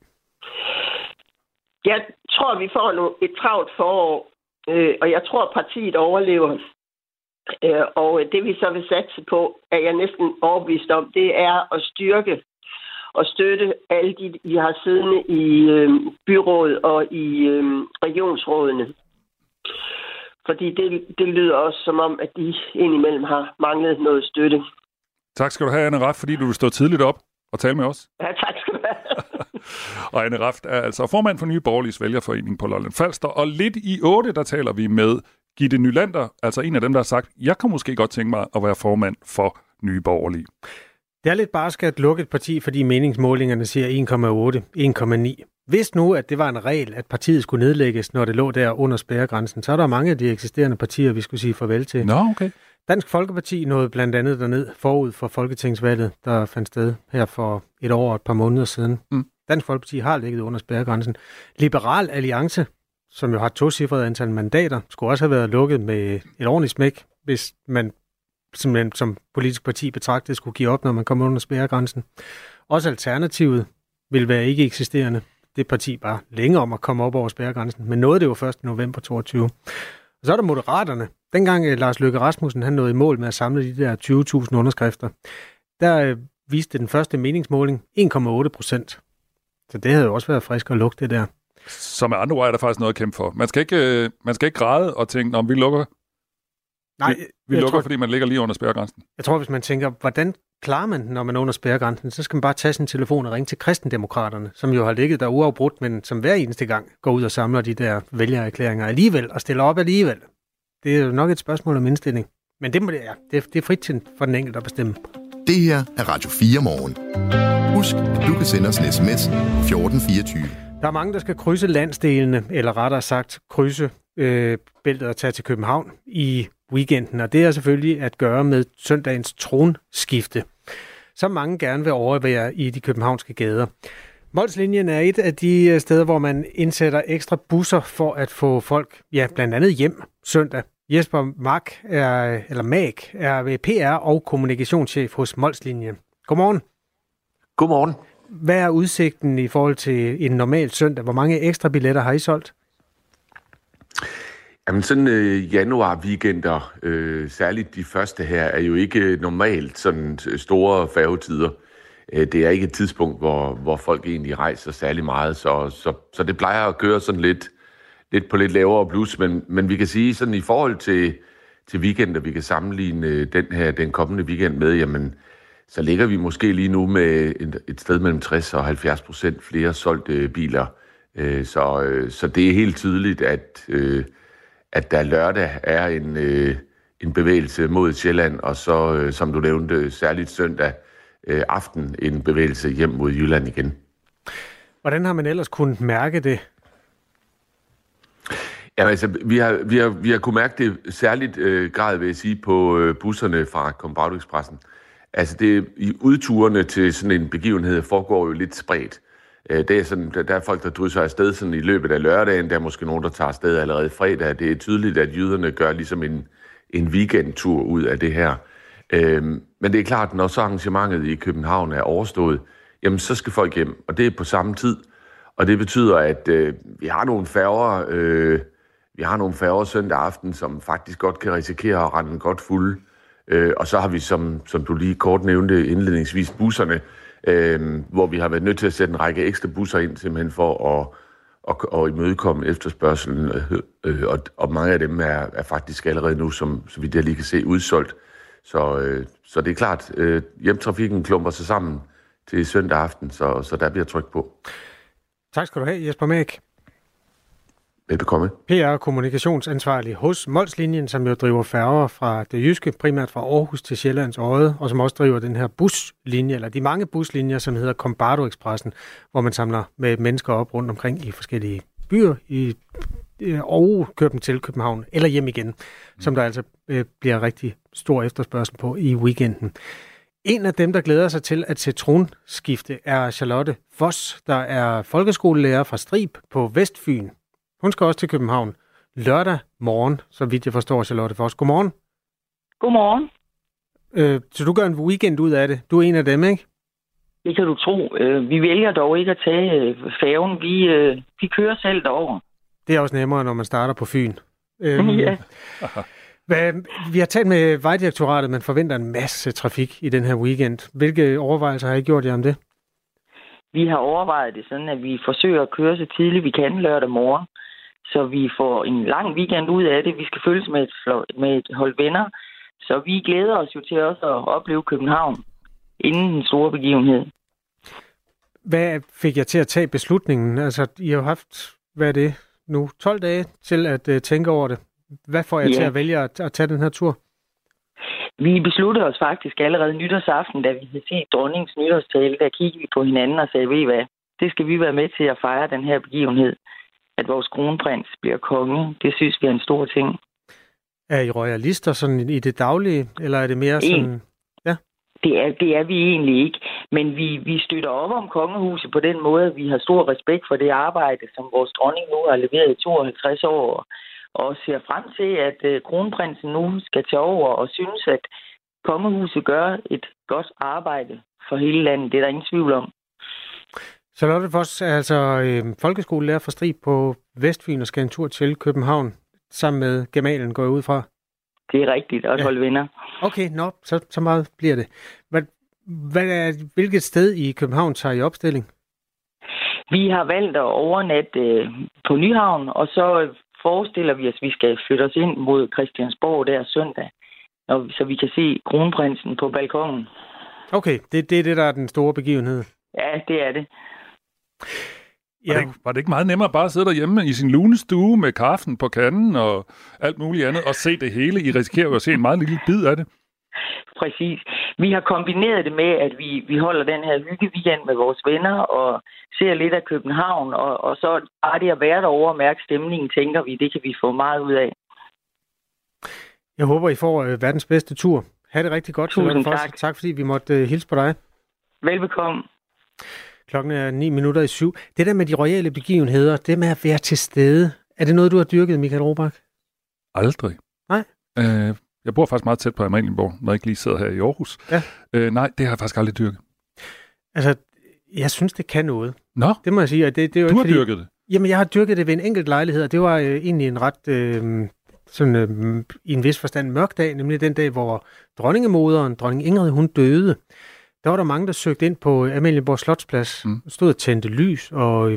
Jeg tror, vi får et travlt forår, og jeg tror, partiet overlever. Og det, vi så vil satse på, er jeg næsten overbevist om, det er at styrke og støtte alle de, vi har siddende i byrådet og i regionsrådene. Fordi det lyder også som om, at de indimellem har manglet noget støtte. Tak skal du have, Anne Raft, fordi du vil stå tidligt op og tale med os. Ja, tak skal du have. Og Anne Raft er altså formand for Nye Borgerliges vælgerforening på Lolland Falster. Og lidt i 8, der taler vi med Gitte Nylander, altså en af dem, der har sagt, jeg kan måske godt tænke mig at være formand for Nye Borgerlige. Det er lidt barsk at lukke et parti, fordi meningsmålingerne siger 1,8, 1,9. Hvis nu, at det var en regel, at partiet skulle nedlægges, når det lå der under spærregrænsen, så er der mange af de eksisterende partier, vi skulle sige farvel til. Nå, okay. Dansk Folkeparti nåede blandt andet derned forud for folketingsvalget, der fandt sted her for et år og et par måneder siden. Dansk Folkeparti har ligget under spærregrænsen. Liberal Alliance, som jo har 2-cifret antal mandater, skulle også have været lukket med et ordentligt smæk, hvis man simpelthen som politisk parti betragtet skulle give op, når man kommer under spærregrænsen. Også Alternativet vil være ikke eksisterende. Det parti bare længe om at komme op over spærregrænsen, men nåede det jo først i november 22. Og så er der Moderaterne. Dengang Lars Løkke Rasmussen han nåede i mål med at samle de der 20.000 underskrifter, der viste den første meningsmåling 1,8%. Så det havde jo også været frisk at lukke det der. Så med andre ord er der faktisk noget at kæmpe for. Man skal ikke græde og tænke, om vi lukker. Nej, vi lukker, fordi man ligger lige under spærregrænsen. Jeg tror, hvis man tænker, hvordan klarer man den, når man er under spærregrænsen, så skal man bare tage sin telefon og ringe til Kristendemokraterne, som jo har ligget der uafbrudt, men som hver eneste gang går ud og samler de der vælgererklæringer alligevel og stiller op alligevel. Det er jo nok et spørgsmål om indstilling. Men det er frit for den enkelte at bestemme. Det her er Radio 4 morgen. Husk, at du kan sende os en sms 1424. Der er mange, der skal krydse landsdelene, eller rettere sagt krydse bæltet og tage til København i weekenden, og det er selvfølgelig at gøre med søndagens tronskifte, som mange gerne vil overvære i de københavnske gader. Molslinjen er et af de steder, hvor man indsætter ekstra busser for at få folk, blandt andet hjem søndag. Jesper Mag er PR og kommunikationschef hos Molslinjen. Godmorgen. Godmorgen. Hvad er udsigten i forhold til en normal søndag? Hvor mange ekstra billetter har I solgt? Jamen sådan januar-weekender, særligt de første her, er jo ikke normalt sådan store færgetider. Det er ikke et tidspunkt, hvor folk egentlig rejser særlig meget, så det plejer at køre sådan lidt på lidt lavere blus, men vi kan sige sådan i forhold til weekender, vi kan sammenligne den kommende weekend med, jamen så ligger vi måske lige nu med et sted mellem 60 og 70% flere solgte biler. Så det er helt tydeligt, at der lørdag er en bevægelse mod Sjælland, og så, som du nævnte, særligt søndag aften en bevægelse hjem mod Jylland igen. Hvordan har man ellers kunnet mærke det? Ja, altså, vi har kunnet mærke det særligt grad, vil jeg sige, på busserne fra Combraudo Expressen. Altså, i udturene til sådan en begivenhed foregår jo lidt spredt. Det er sådan, der er folk, der drysser afsted sådan i løbet af lørdagen. Der er måske nogen, der tager afsted allerede fredag. Det er tydeligt, at jyderne gør ligesom en weekendtur ud af det her. Men det er klart, når så arrangementet i København er overstået, jamen så skal folk hjem, og det er på samme tid. Og det betyder, at vi har nogle færger søndag aften, som faktisk godt kan risikere at rende godt fulde. Og så har vi, som du lige kort nævnte indledningsvis, busserne, hvor vi har været nødt til at sætte en række ekstra busser ind, simpelthen for at imødekomme efterspørgselen. Og mange af dem er faktisk allerede nu, så vidt jeg lige kan se, udsolgt. Så det er klart, hjemtrafikken klumper sig sammen til søndag aften, så der bliver tryk på. Tak skal du have, Jesper Mag. Velbekomme. PR og kommunikationsansvarlig hos Molslinjen, som jo driver færger fra det jyske, primært fra Aarhus til Sjællands Odde, og som også driver den her buslinje, eller de mange buslinjer, som hedder Combraudo Expressen, hvor man samler med mennesker op rundt omkring i forskellige byer og kører dem til København eller hjem igen, som der altså bliver rigtig stor efterspørgsel på i weekenden. En af dem, der glæder sig til at se tronskifte, er Charlotte Voss, der er folkeskolelærer fra Strib på Vestfyn. Hun skal også til København lørdag morgen, så vidt jeg forstår, Charlotte Voss. Godmorgen. Godmorgen. Så du gør en weekend ud af det. Du er en af dem, ikke? Det kan du tro. Vi vælger dog ikke at tage færgen. Vi kører selv derover. Det er også nemmere, når man starter på Fyn. Ja. Vi har talt med Vejdirektoratet, men forventer en masse trafik i den her weekend. Hvilke overvejelser har I gjort jer om det? Vi har overvejet det sådan, at vi forsøger at køre så tidligt vi kan lørdag morgen, så vi får en lang weekend ud af det. Vi skal følges med et hold venner, så vi glæder os jo til også at opleve København inden den store begivenhed. Hvad fik jeg til at tage beslutningen? Altså, I har haft, hvad er det nu, 12 dage til at tænke over det. Hvad får jeg til at vælge at tage den her tur? Vi besluttede os faktisk allerede nytårsaften, da vi havde set dronningens nytårstale. Der kiggede vi på hinanden og sagde, ved I hvad, det skal vi være med til at fejre den her begivenhed. At vores kronprins bliver konge, det synes vi er en stor ting. Er I royalister sådan i det daglige, eller er det mere sådan... Ja. Det er vi egentlig ikke, men vi støtter op om kongehuset på den måde, vi har stor respekt for det arbejde, som vores dronning nu har leveret i 52 år, og ser frem til, at kronprinsen nu skal tage over og synes, at kongehuset gør et godt arbejde for hele landet. Det er der ingen tvivl om. Charlotte Voss er altså folkeskolelærer for Strib på Vestfyn og skal en tur til København sammen med gemalen, går jeg ud fra. Det er rigtigt, også holde venner. Okay, så meget bliver det. Hvilket sted i København tager I opstilling? Vi har valgt at overnatte på Nyhavn, og så forestiller vi os, at vi skal flytte os ind mod Christiansborg der søndag, så vi kan se kronprinsen på balkongen. Okay, det er det, der er den store begivenhed. Ja, det er det. Ja. Var det ikke meget nemmere bare at sidde derhjemme i sin lunestue med kaffen på kanden og alt muligt andet, og se det hele? I risikerer jo at se en meget lille bid af det. Præcis. Vi har kombineret det med, at vi holder den her hyggeweekend med vores venner og ser lidt af København, og så bare det at være derovre og mærke stemningen, tænker vi, det kan vi få meget ud af. Jeg håber, I får verdens bedste tur. Ha' det rigtig godt. Tusind tak. Tak, fordi vi måtte hilse på dig. Velbekomme. Klokken er 7:09. Det der med de royale begivenheder, det med at være til stede, er det noget, du har dyrket, Michael Robach? Aldrig. Nej? Jeg bor faktisk meget tæt på Amalienborg, når jeg ikke lige sidder her i Aarhus. Ja. Nej, det har jeg faktisk aldrig dyrket. Altså, jeg synes, det kan noget. Nå? Det må jeg sige. Det er jo du har ikke, dyrket det? Jamen, jeg har dyrket det ved en enkelt lejlighed, og det var egentlig en ret... i en vis forstand mørk dag, nemlig den dag, hvor dronningemoderen, dronning Ingrid, hun døde. Der var der mange, der søgte ind på Amalienborg Slotsplads, stod og tændte lys,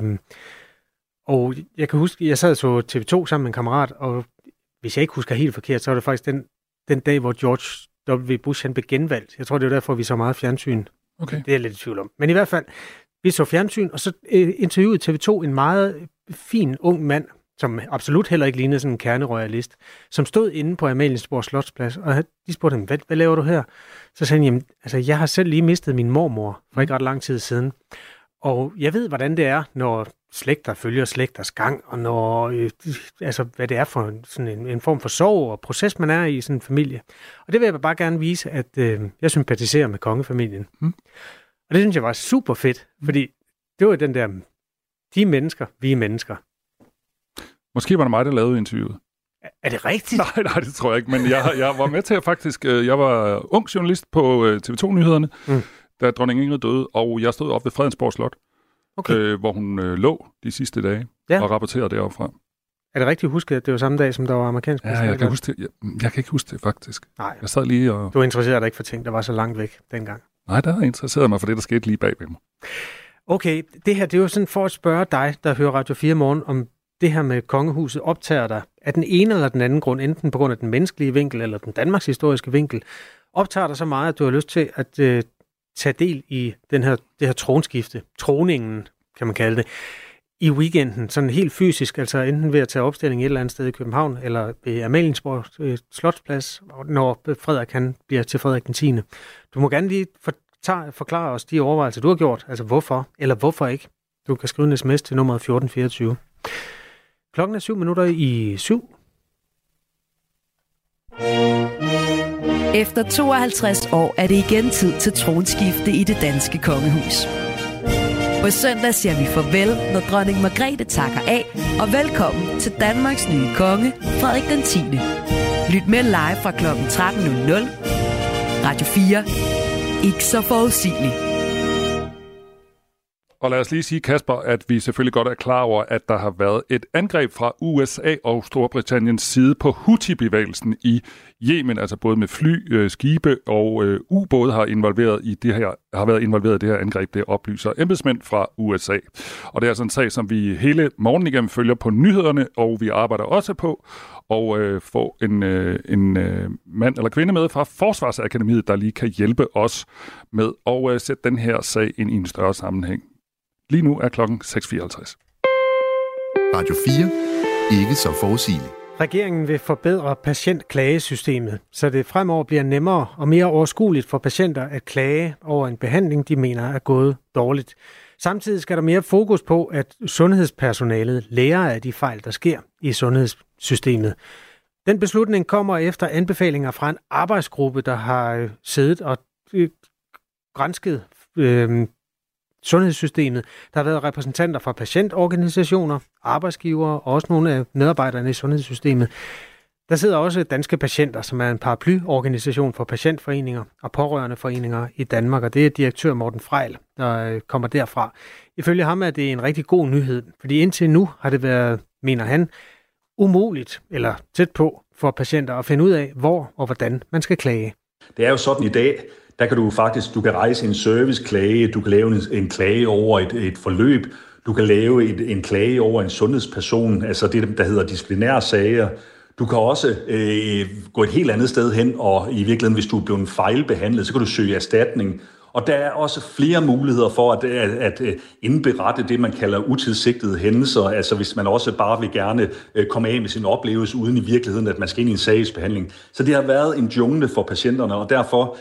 og jeg kan huske, jeg sad og så TV2 sammen med en kammerat, og hvis jeg ikke husker helt forkert, så var det faktisk den dag, hvor George W. Bush han blev genvalgt. Jeg tror, det var derfor, vi så meget fjernsyn. Okay. Det er jeg lidt i tvivl om. Men i hvert fald, vi så fjernsyn, og så interviewede TV2 en meget fin ung mand, som absolut heller ikke lignede sådan en kerneroyalist, som stod inde på Amalienborg Slotsplads, og de spurgte ham, hvad laver du her? Så sagde han, jamen, altså, jeg har selv lige mistet min mormor for ikke ret lang tid siden, og jeg ved, hvordan det er, når slægter følger slægters gang, og når, hvad det er for sådan en form for sorg og proces, man er i sådan en familie. Og det vil jeg bare gerne vise, at jeg sympatiserer med kongefamilien. Og det synes jeg var super fedt, fordi det var den der, de mennesker, vi er mennesker. Måske var det mig, der lavede interviewet. Er det rigtigt? Nej, det tror jeg ikke, men jeg var med til at faktisk... Jeg var ung journalist på TV2-nyhederne, da dronning Ingrid døde, og jeg stod op ved Fredensborg Slot, hvor hun lå de sidste dage og rapporterede deroppe fra. Er det rigtigt husket, at det var samme dag, som der var amerikansk præsident? Ja, jeg kan huske det. Jeg kan ikke huske det, faktisk. Nej. Jeg sad lige og... Du interesserer dig ikke for ting, der var så langt væk dengang? Nej, der interesserede mig for det, der skete lige bag ved mig. Okay, det her, det er jo sådan for at spørge dig, der hører Radio 4 Morgen, om det her med kongehuset optager dig af den ene eller den anden grund, enten på grund af den menneskelige vinkel eller den Danmarks historiske vinkel, optager dig så meget, at du har lyst til at tage del i det her tronskifte, troningen, kan man kalde det, i weekenden, sådan helt fysisk, altså enten ved at tage opstilling et eller andet sted i København, eller ved Amalienborg Slotsplads, når Frederik han bliver til Frederik den 10. Du må gerne lige forklare os de overvejelser, du har gjort, altså hvorfor, eller hvorfor ikke. Du kan skrive en sms til nummeret 1424. Klokken er 7:07. Efter 52 år er det igen tid til tronskifte i det danske kongehus. På søndag siger vi farvel, når dronning Margrethe takker af, og velkommen til Danmarks nye konge, Frederik den 10. Lyt med live fra kl. 13.00. Radio 4. Ikke så forudsigeligt. Og lad os lige sige, Kasper, at vi selvfølgelig godt er klar over, at der har været et angreb fra USA og Storbritanniens side på Houthi-bevægelsen i Yemen, altså både med fly, skibe og ubåde har været involveret i det her angreb, det oplyser embedsmænd fra USA. Og det er altså en sag, som vi hele morgen igennem følger på nyhederne, og vi arbejder også på at få en mand eller kvinde med fra Forsvarsakademiet, der lige kan hjælpe os med at sætte den her sag ind i en større sammenhæng. Lige nu er klokken 6:54. Radio 4. Ikke så forudsigeligt. Regeringen vil forbedre patientklagesystemet, så det fremover bliver nemmere og mere overskueligt for patienter at klage over en behandling, de mener er gået dårligt. Samtidig skal der mere fokus på, at sundhedspersonalet lærer af de fejl, der sker i sundhedssystemet. Den beslutning kommer efter anbefalinger fra en arbejdsgruppe, der har siddet og gransket sundhedssystemet. Der har været repræsentanter fra patientorganisationer, arbejdsgivere og også nogle af medarbejderne i sundhedssystemet. Der sidder også Danske Patienter, som er en paraplyorganisation for patientforeninger og pårørendeforeninger i Danmark, og det er direktør Morten Frejl, der kommer derfra. Ifølge ham er det en rigtig god nyhed, fordi indtil nu har det været, mener han, umuligt eller tæt på for patienter at finde ud af, hvor og hvordan man skal klage. Det er jo sådan i dag, der kan du kan rejse en serviceklage, du kan lave en klage over et forløb, du kan lave en klage over en sundhedsperson, altså det, der hedder disciplinære sager. Du kan også gå et helt andet sted hen, og i virkeligheden, hvis du er blevet fejlbehandlet, så kan du søge erstatning. Og der er også flere muligheder for at indberette det, man kalder utilsigtede hændelser. Altså hvis man også bare vil gerne komme af med sin oplevelse, uden i virkeligheden, at man skal ind i en sagsbehandling. Så det har været en jungle for patienterne, og derfor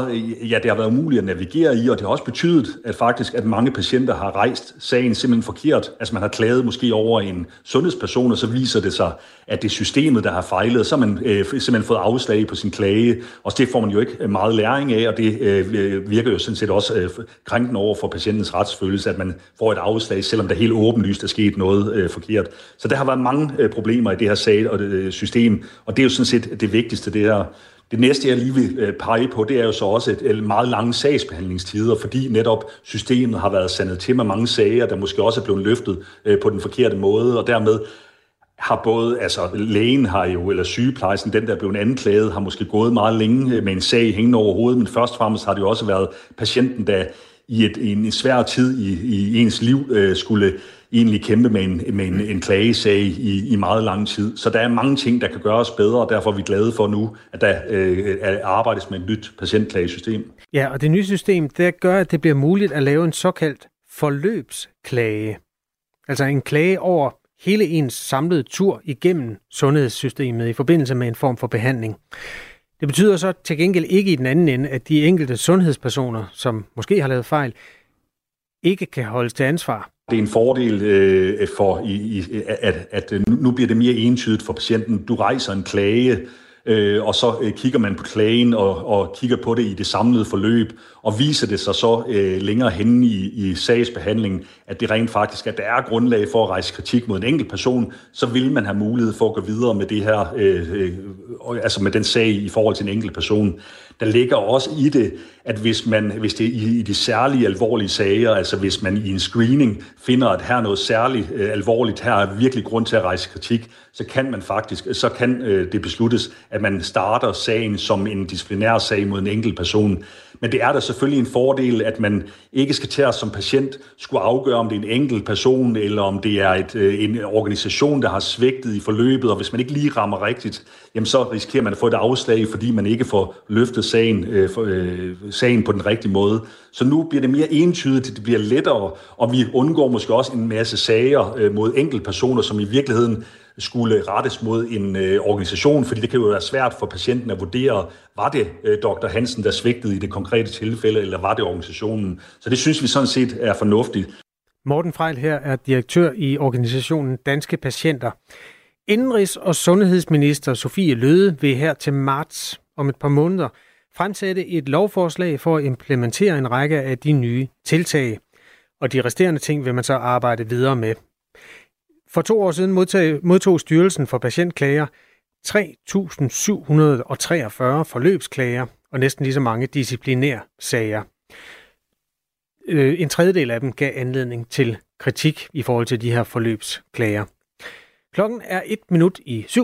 det har været umuligt at navigere i, og det har også betydet, at mange patienter har rejst sagen simpelthen forkert. Altså man har klaget måske over en sundhedsperson, og så viser det sig, at det er systemet, der har fejlet. Så har man simpelthen fået afslag på sin klage, og det får man jo ikke meget læring af, og det virker jo sådan set også krænkende over for patientens retsfølelse, at man får et afslag, selvom der helt åbenlyst er sket noget forkert. Så der har været mange problemer i det her sag og det system, og det er jo sådan set det vigtigste, det her. Det næste, jeg lige vil pege på, det er jo så også et meget lange sagsbehandlingstider, fordi netop systemet har været sandet til med mange sager, der måske også er blevet løftet på den forkerte måde, og dermed har lægen eller sygeplejersken, den der er blevet anklaget, har måske gået meget længe med en sag hængende over hovedet, men først og fremmest har det jo også været patienten, der i en svær tid i ens liv skulle egentlig kæmpe med en klagesag i meget lang tid. Så der er mange ting, der kan gøres bedre, og derfor er vi glade for nu, at der arbejdes med et nyt patientklagesystem. Ja, og det nye system, det gør, at det bliver muligt at lave en såkaldt forløbsklage. Altså en klage over hele ens samlede tur igennem sundhedssystemet i forbindelse med en form for behandling. Det betyder så til gengæld ikke i den anden ende, at de enkelte sundhedspersoner, som måske har lavet fejl, ikke kan holdes til ansvar. Det er en fordel at nu bliver det mere entydigt for patienten. Du rejser en klage, og så kigger man på klagen og kigger på det i det samlede forløb, og viser det sig så længere henne i sagsbehandlingen, at det rent faktisk, at der er grundlag for at rejse kritik mod en enkelt person, så vil man have mulighed for at gå videre med det her, altså med den sag i forhold til en enkelt person. Der ligger også i det, at hvis det er i de særlige alvorlige sager, altså hvis man i en screening finder, at her er noget særligt alvorligt, her er virkelig grund til at rejse kritik, så kan det besluttes, at man starter sagen som en disciplinær sag mod en enkelt person. Men det er da selvfølgelig en fordel, at man ikke skal til at som patient skulle afgøre, om det er en enkelt person, eller om det er en organisation, der har svigtet i forløbet, og hvis man ikke lige rammer rigtigt, jamen så risikerer man at få et afslag, fordi man ikke får løftet sagen på den rigtige måde. Så nu bliver det mere entydigt, det bliver lettere, og vi undgår måske også en masse sager mod enkeltpersoner, som i virkeligheden skulle rettes mod en organisation, fordi det kan jo være svært for patienten at vurdere, var det Dr. Hansen, der svigtede i det konkrete tilfælde, eller var det organisationen? Så det synes vi sådan set er fornuftigt. Morten Frejl her er direktør i organisationen Danske Patienter. Indenrigs- og sundhedsminister Sophie Løhde vil her til marts om et par måneder fremsætte et lovforslag for at implementere en række af de nye tiltag. Og de resterende ting vil man så arbejde videre med. For 2 år siden modtog Styrelsen for Patientklager 3.743 forløbsklager og næsten lige så mange disciplinære sager. En tredjedel af dem gav anledning til kritik i forhold til de her forløbsklager. Klokken er 7:01.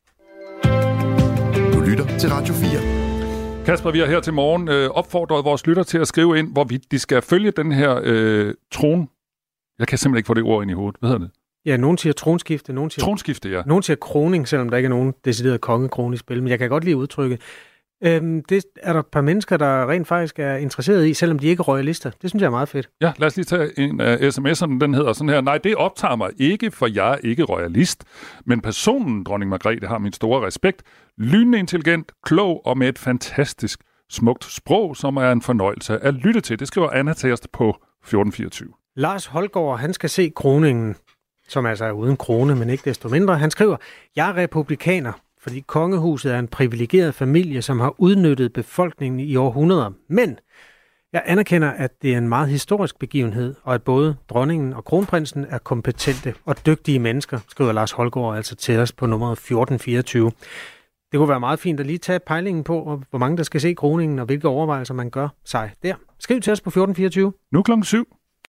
Du lytter til Radio 4. Kasper, vi har her til morgen opfordret vores lytter til at skrive ind, hvorvidt de skal følge den her Jeg kan simpelthen ikke få det ord ind i hovedet. Hvad hedder det? Ja, nogen siger tronskifte, nogen siger... Tronskifte, ja. Nogen siger kroning, selvom der ikke er nogen decideret kongekrone i spil, men jeg kan godt lide udtrykket. Det er der et par mennesker, der rent faktisk er interesseret i, selvom de ikke er royalister. Det synes jeg er meget fedt. Ja, lad os lige tage en af sms'erne. Den hedder sådan her: nej, det optager mig ikke, for jeg er ikke royalist. Men personen, dronning Margrethe, har min store respekt. Lynende intelligent, klog og med et fantastisk smukt sprog, som er en fornøjelse at lytte til. Det skriver Anna til os på 1424. Lars Holgaard, han skal se kroningen, som altså er uden krone, men ikke desto mindre. Han skriver: jeg er republikaner, fordi kongehuset er en privilegeret familie, som har udnyttet befolkningen i århundreder. Men jeg anerkender, at det er en meget historisk begivenhed, og at både dronningen og kronprinsen er kompetente og dygtige mennesker, skriver Lars Holgaard altså til os på nummeret 1424. Det kunne være meget fint at lige tage pejlingen på, hvor mange der skal se kroningen, og hvilke overvejelser man gør sig der. Skriv til os på 1424. Nu 7:00.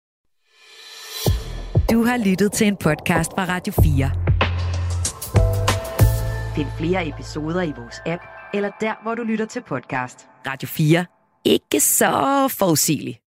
Du har lyttet til en podcast fra Radio 4. Find flere episoder i vores app, eller der, hvor du lytter til podcast. Radio 4. Ikke så forudsigeligt.